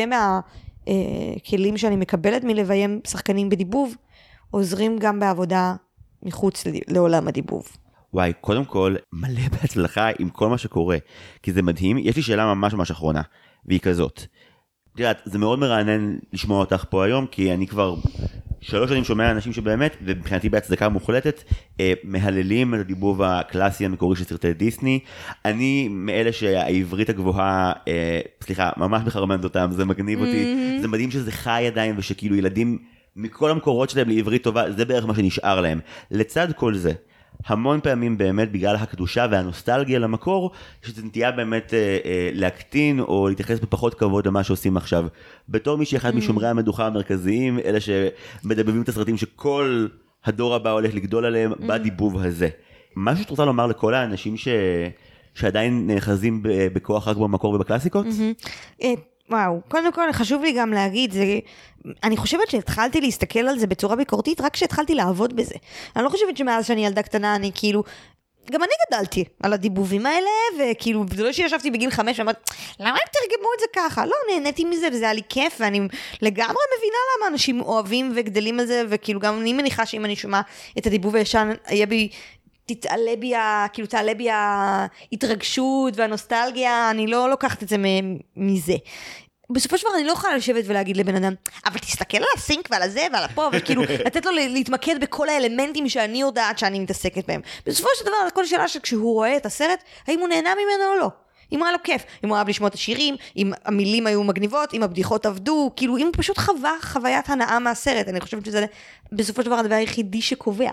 מהכלים שאני מקבלת מלביים שחקנים בדיבוב, עוזרים גם בעבודה מחוץ לעולם הדיבוב. וואי, קודם כל, מלא בהצלחה עם כל מה שקורה, כי זה מדהים. יש לי שאלה ממש ממש אחרונה, והיא כזאת. תראה, זה מאוד מרענן לשמוע אותך פה היום, כי אני כבר שלוש שנים שומע אנשים שבאמת, ובחינתי בהצדקה מוחלטת, אה, מהללים את הדיבוב הקלאסי המקורי של סרטי דיסני. אני מאלה שהעברית הגבוהה, אה, סליחה, ממש מחרמנת אותם, זה מגניב אותי, mm-hmm. זה מדהים שזה חי עדיין, ושכאילו ילדים מכל המקורות שלהם לעברית טובה, זה בערך מה שנשאר להם. לצד כל זה, המון פעמים באמת בגלל הקדושה והנוסטלגיה למקור, שזה נטייה באמת אה, אה, להקטין או להתייחס בפחות כבוד למה שעושים עכשיו. בתור מישהי אחד משומרי המדוכה המרכזיים, אלה שמדבבים את הסרטים שכל הדור הבא הולך לגדול עליהם בדיבוב הזה. משהו שאת רוצה לומר לכל האנשים ש... שעדיין נאחזים בכוח רק במקור ובקלאסיקות? וואו, קודם כל חשוב לי גם להגיד, זה, אני חושבת שהתחלתי להסתכל על זה בצורה ביקורתית, רק כשהתחלתי לעבוד בזה. אני לא חושבת שמאז שאני ילדה קטנה, אני כאילו, גם אני גדלתי על הדיבובים האלה, וכאילו, זה לא שישבתי בגיל חמש, ואמרתי, למה הם תרגמו את זה ככה? לא, נהניתי מזה, וזה היה לי כיף, ואני לגמרי מבינה למה אנשים אוהבים וגדלים על זה, וכאילו גם אני מניחה שאם אני שומע את הדיבוב הישן, יהיה בי, תתעלה בי, כאילו תעלה בי ההתרגשות והנוסטלגיה, אני לא לוקחת את זה מזה. בסופו של דבר אני לא יכולה לשבת ולהגיד לבן אדם, אבל תסתכל על הסינק ועל הזה ועל הפה, וכאילו לתת לו להתמקד בכל האלמנטים שאני יודעת שאני מתעסקת בהם. בסופו של דבר, כל שאלה שכשהוא רואה את הסרט, האם הוא נהנה ממנו או לא? אם הוא היה לו כיף, אם הוא אהב לשמוע את השירים, אם המילים היו מגניבות, אם הבדיחות עבדו, כאילו אם הוא פשוט חווה חוויית הנאה מהסרט, אני חושבת שזה בסופו של דבר הדבר היחידי שקובע.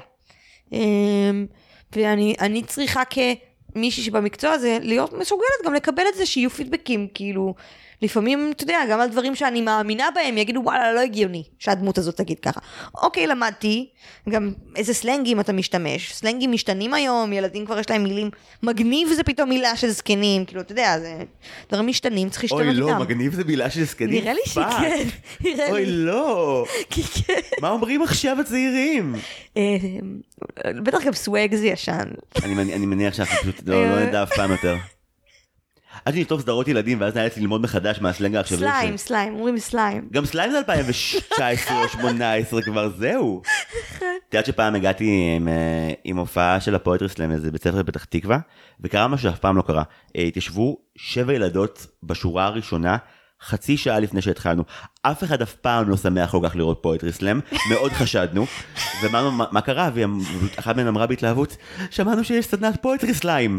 ואני אני צריכה כמישהי שבמקצוע הזה להיות מסוגלת גם לקבל את זה שיהיו פידבקים, כאילו לפעמים, אתה יודע, גם על דברים שאני מאמינה בהם, יגידו, וואלה, לא הגיוני שהדמות הזאת תגיד ככה. אוקיי, למדתי, גם איזה סלנגים אתה משתמש, סלנגים משתנים היום, ילדים כבר יש להם מילים, מגניב זה פתאום מילה של זקנים, כאילו, אתה יודע, זה דברים משתנים, צריך להשתנות איתם. אוי, לא, מגניב זה מילה של זקנים? נראה לי שכן. אוי, לא. מה אומרים עכשיו הצעירים? בטח גם סווג זה ישן. אני מניח שאנחנו פשוט לא נדע אף פעם יותר. עד שנכתוב סדרות ילדים, ואז נאלץ ללמוד מחדש מהסלנג העכשווי. סליים, סליים, אומרים סליים. גם סליים זה אלפיים תשע עשרה או שמונה עשרה כבר, זהו. אתה יודעת שפעם הגעתי עם הופעה של הפואטרי סלאם, איזה בית ספר בפתח תקווה, וקרה משהו שאף פעם לא קרה. התיישבו שבע ילדות בשורה הראשונה, חצי שעה לפני שהתחלנו. אף אחד אף פעם לא שמח כל כך לראות פואטרי סלאם, מאוד חשדנו. ומה קרה? ואחת מהן אמרה בהתלהבות, שמענו שיש סדנת פואטרי סלאם.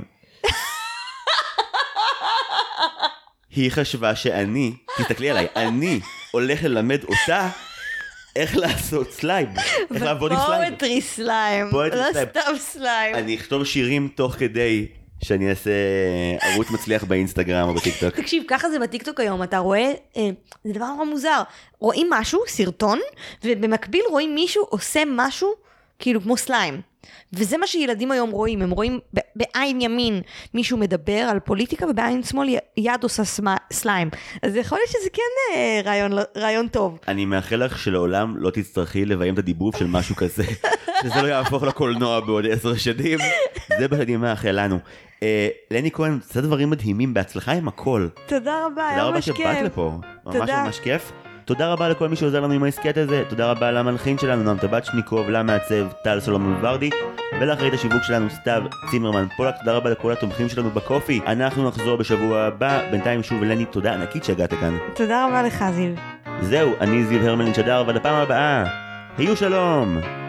היא חשבה שאני, תסתכלי עליי, אני הולך ללמד אותה איך לעשות סליים. איך לעבוד עם סליים. ופואטרי סליים, לא סתם סליים. אני אכתוב שירים תוך כדי שאני אעשה ערוץ מצליח באינסטגרם או בטיקטוק. תקשיב, ככה זה בטיקטוק היום, אתה רואה, זה דבר נורא מוזר. רואים משהו, סרטון, ובמקביל רואים מישהו עושה משהו, כאילו כמו סליים. וזה מה שילדים היום רואים, הם רואים בעין ימין מישהו מדבר על פוליטיקה, ובעין שמאל יד עושה סליים. אז יכול להיות שזה כן רעיון, רעיון טוב. אני מאחל לך שלעולם לא תצטרכי לביים את הדיבוב של משהו כזה, שזה לא יהפוך לקולנוע בעוד עשר שנים. זה בשנים מאחל לנו. לני כהן, קצת דברים מדהימים, בהצלחה עם הכל. תודה רבה, היה ממש כיף. תודה רבה שבאת לפה, ממש ממש כיף. תודה רבה לכל מי שעוזר לנו עם העסקת הזה, תודה רבה למלחין שלנו, נועם טבצ'ניקוב, למעצב טל סולומון ורדי, ולאחרית השיווק שלנו סתיו צימרמן פולק. תודה רבה לכל התומכים שלנו בקופי, אנחנו נחזור בשבוע הבא, בינתיים שוב אלני, תודה ענקית שהגעת כאן. תודה רבה לך זיו. זהו, אני זיו הרמלין שדר, ועד הפעם הבאה, היו שלום!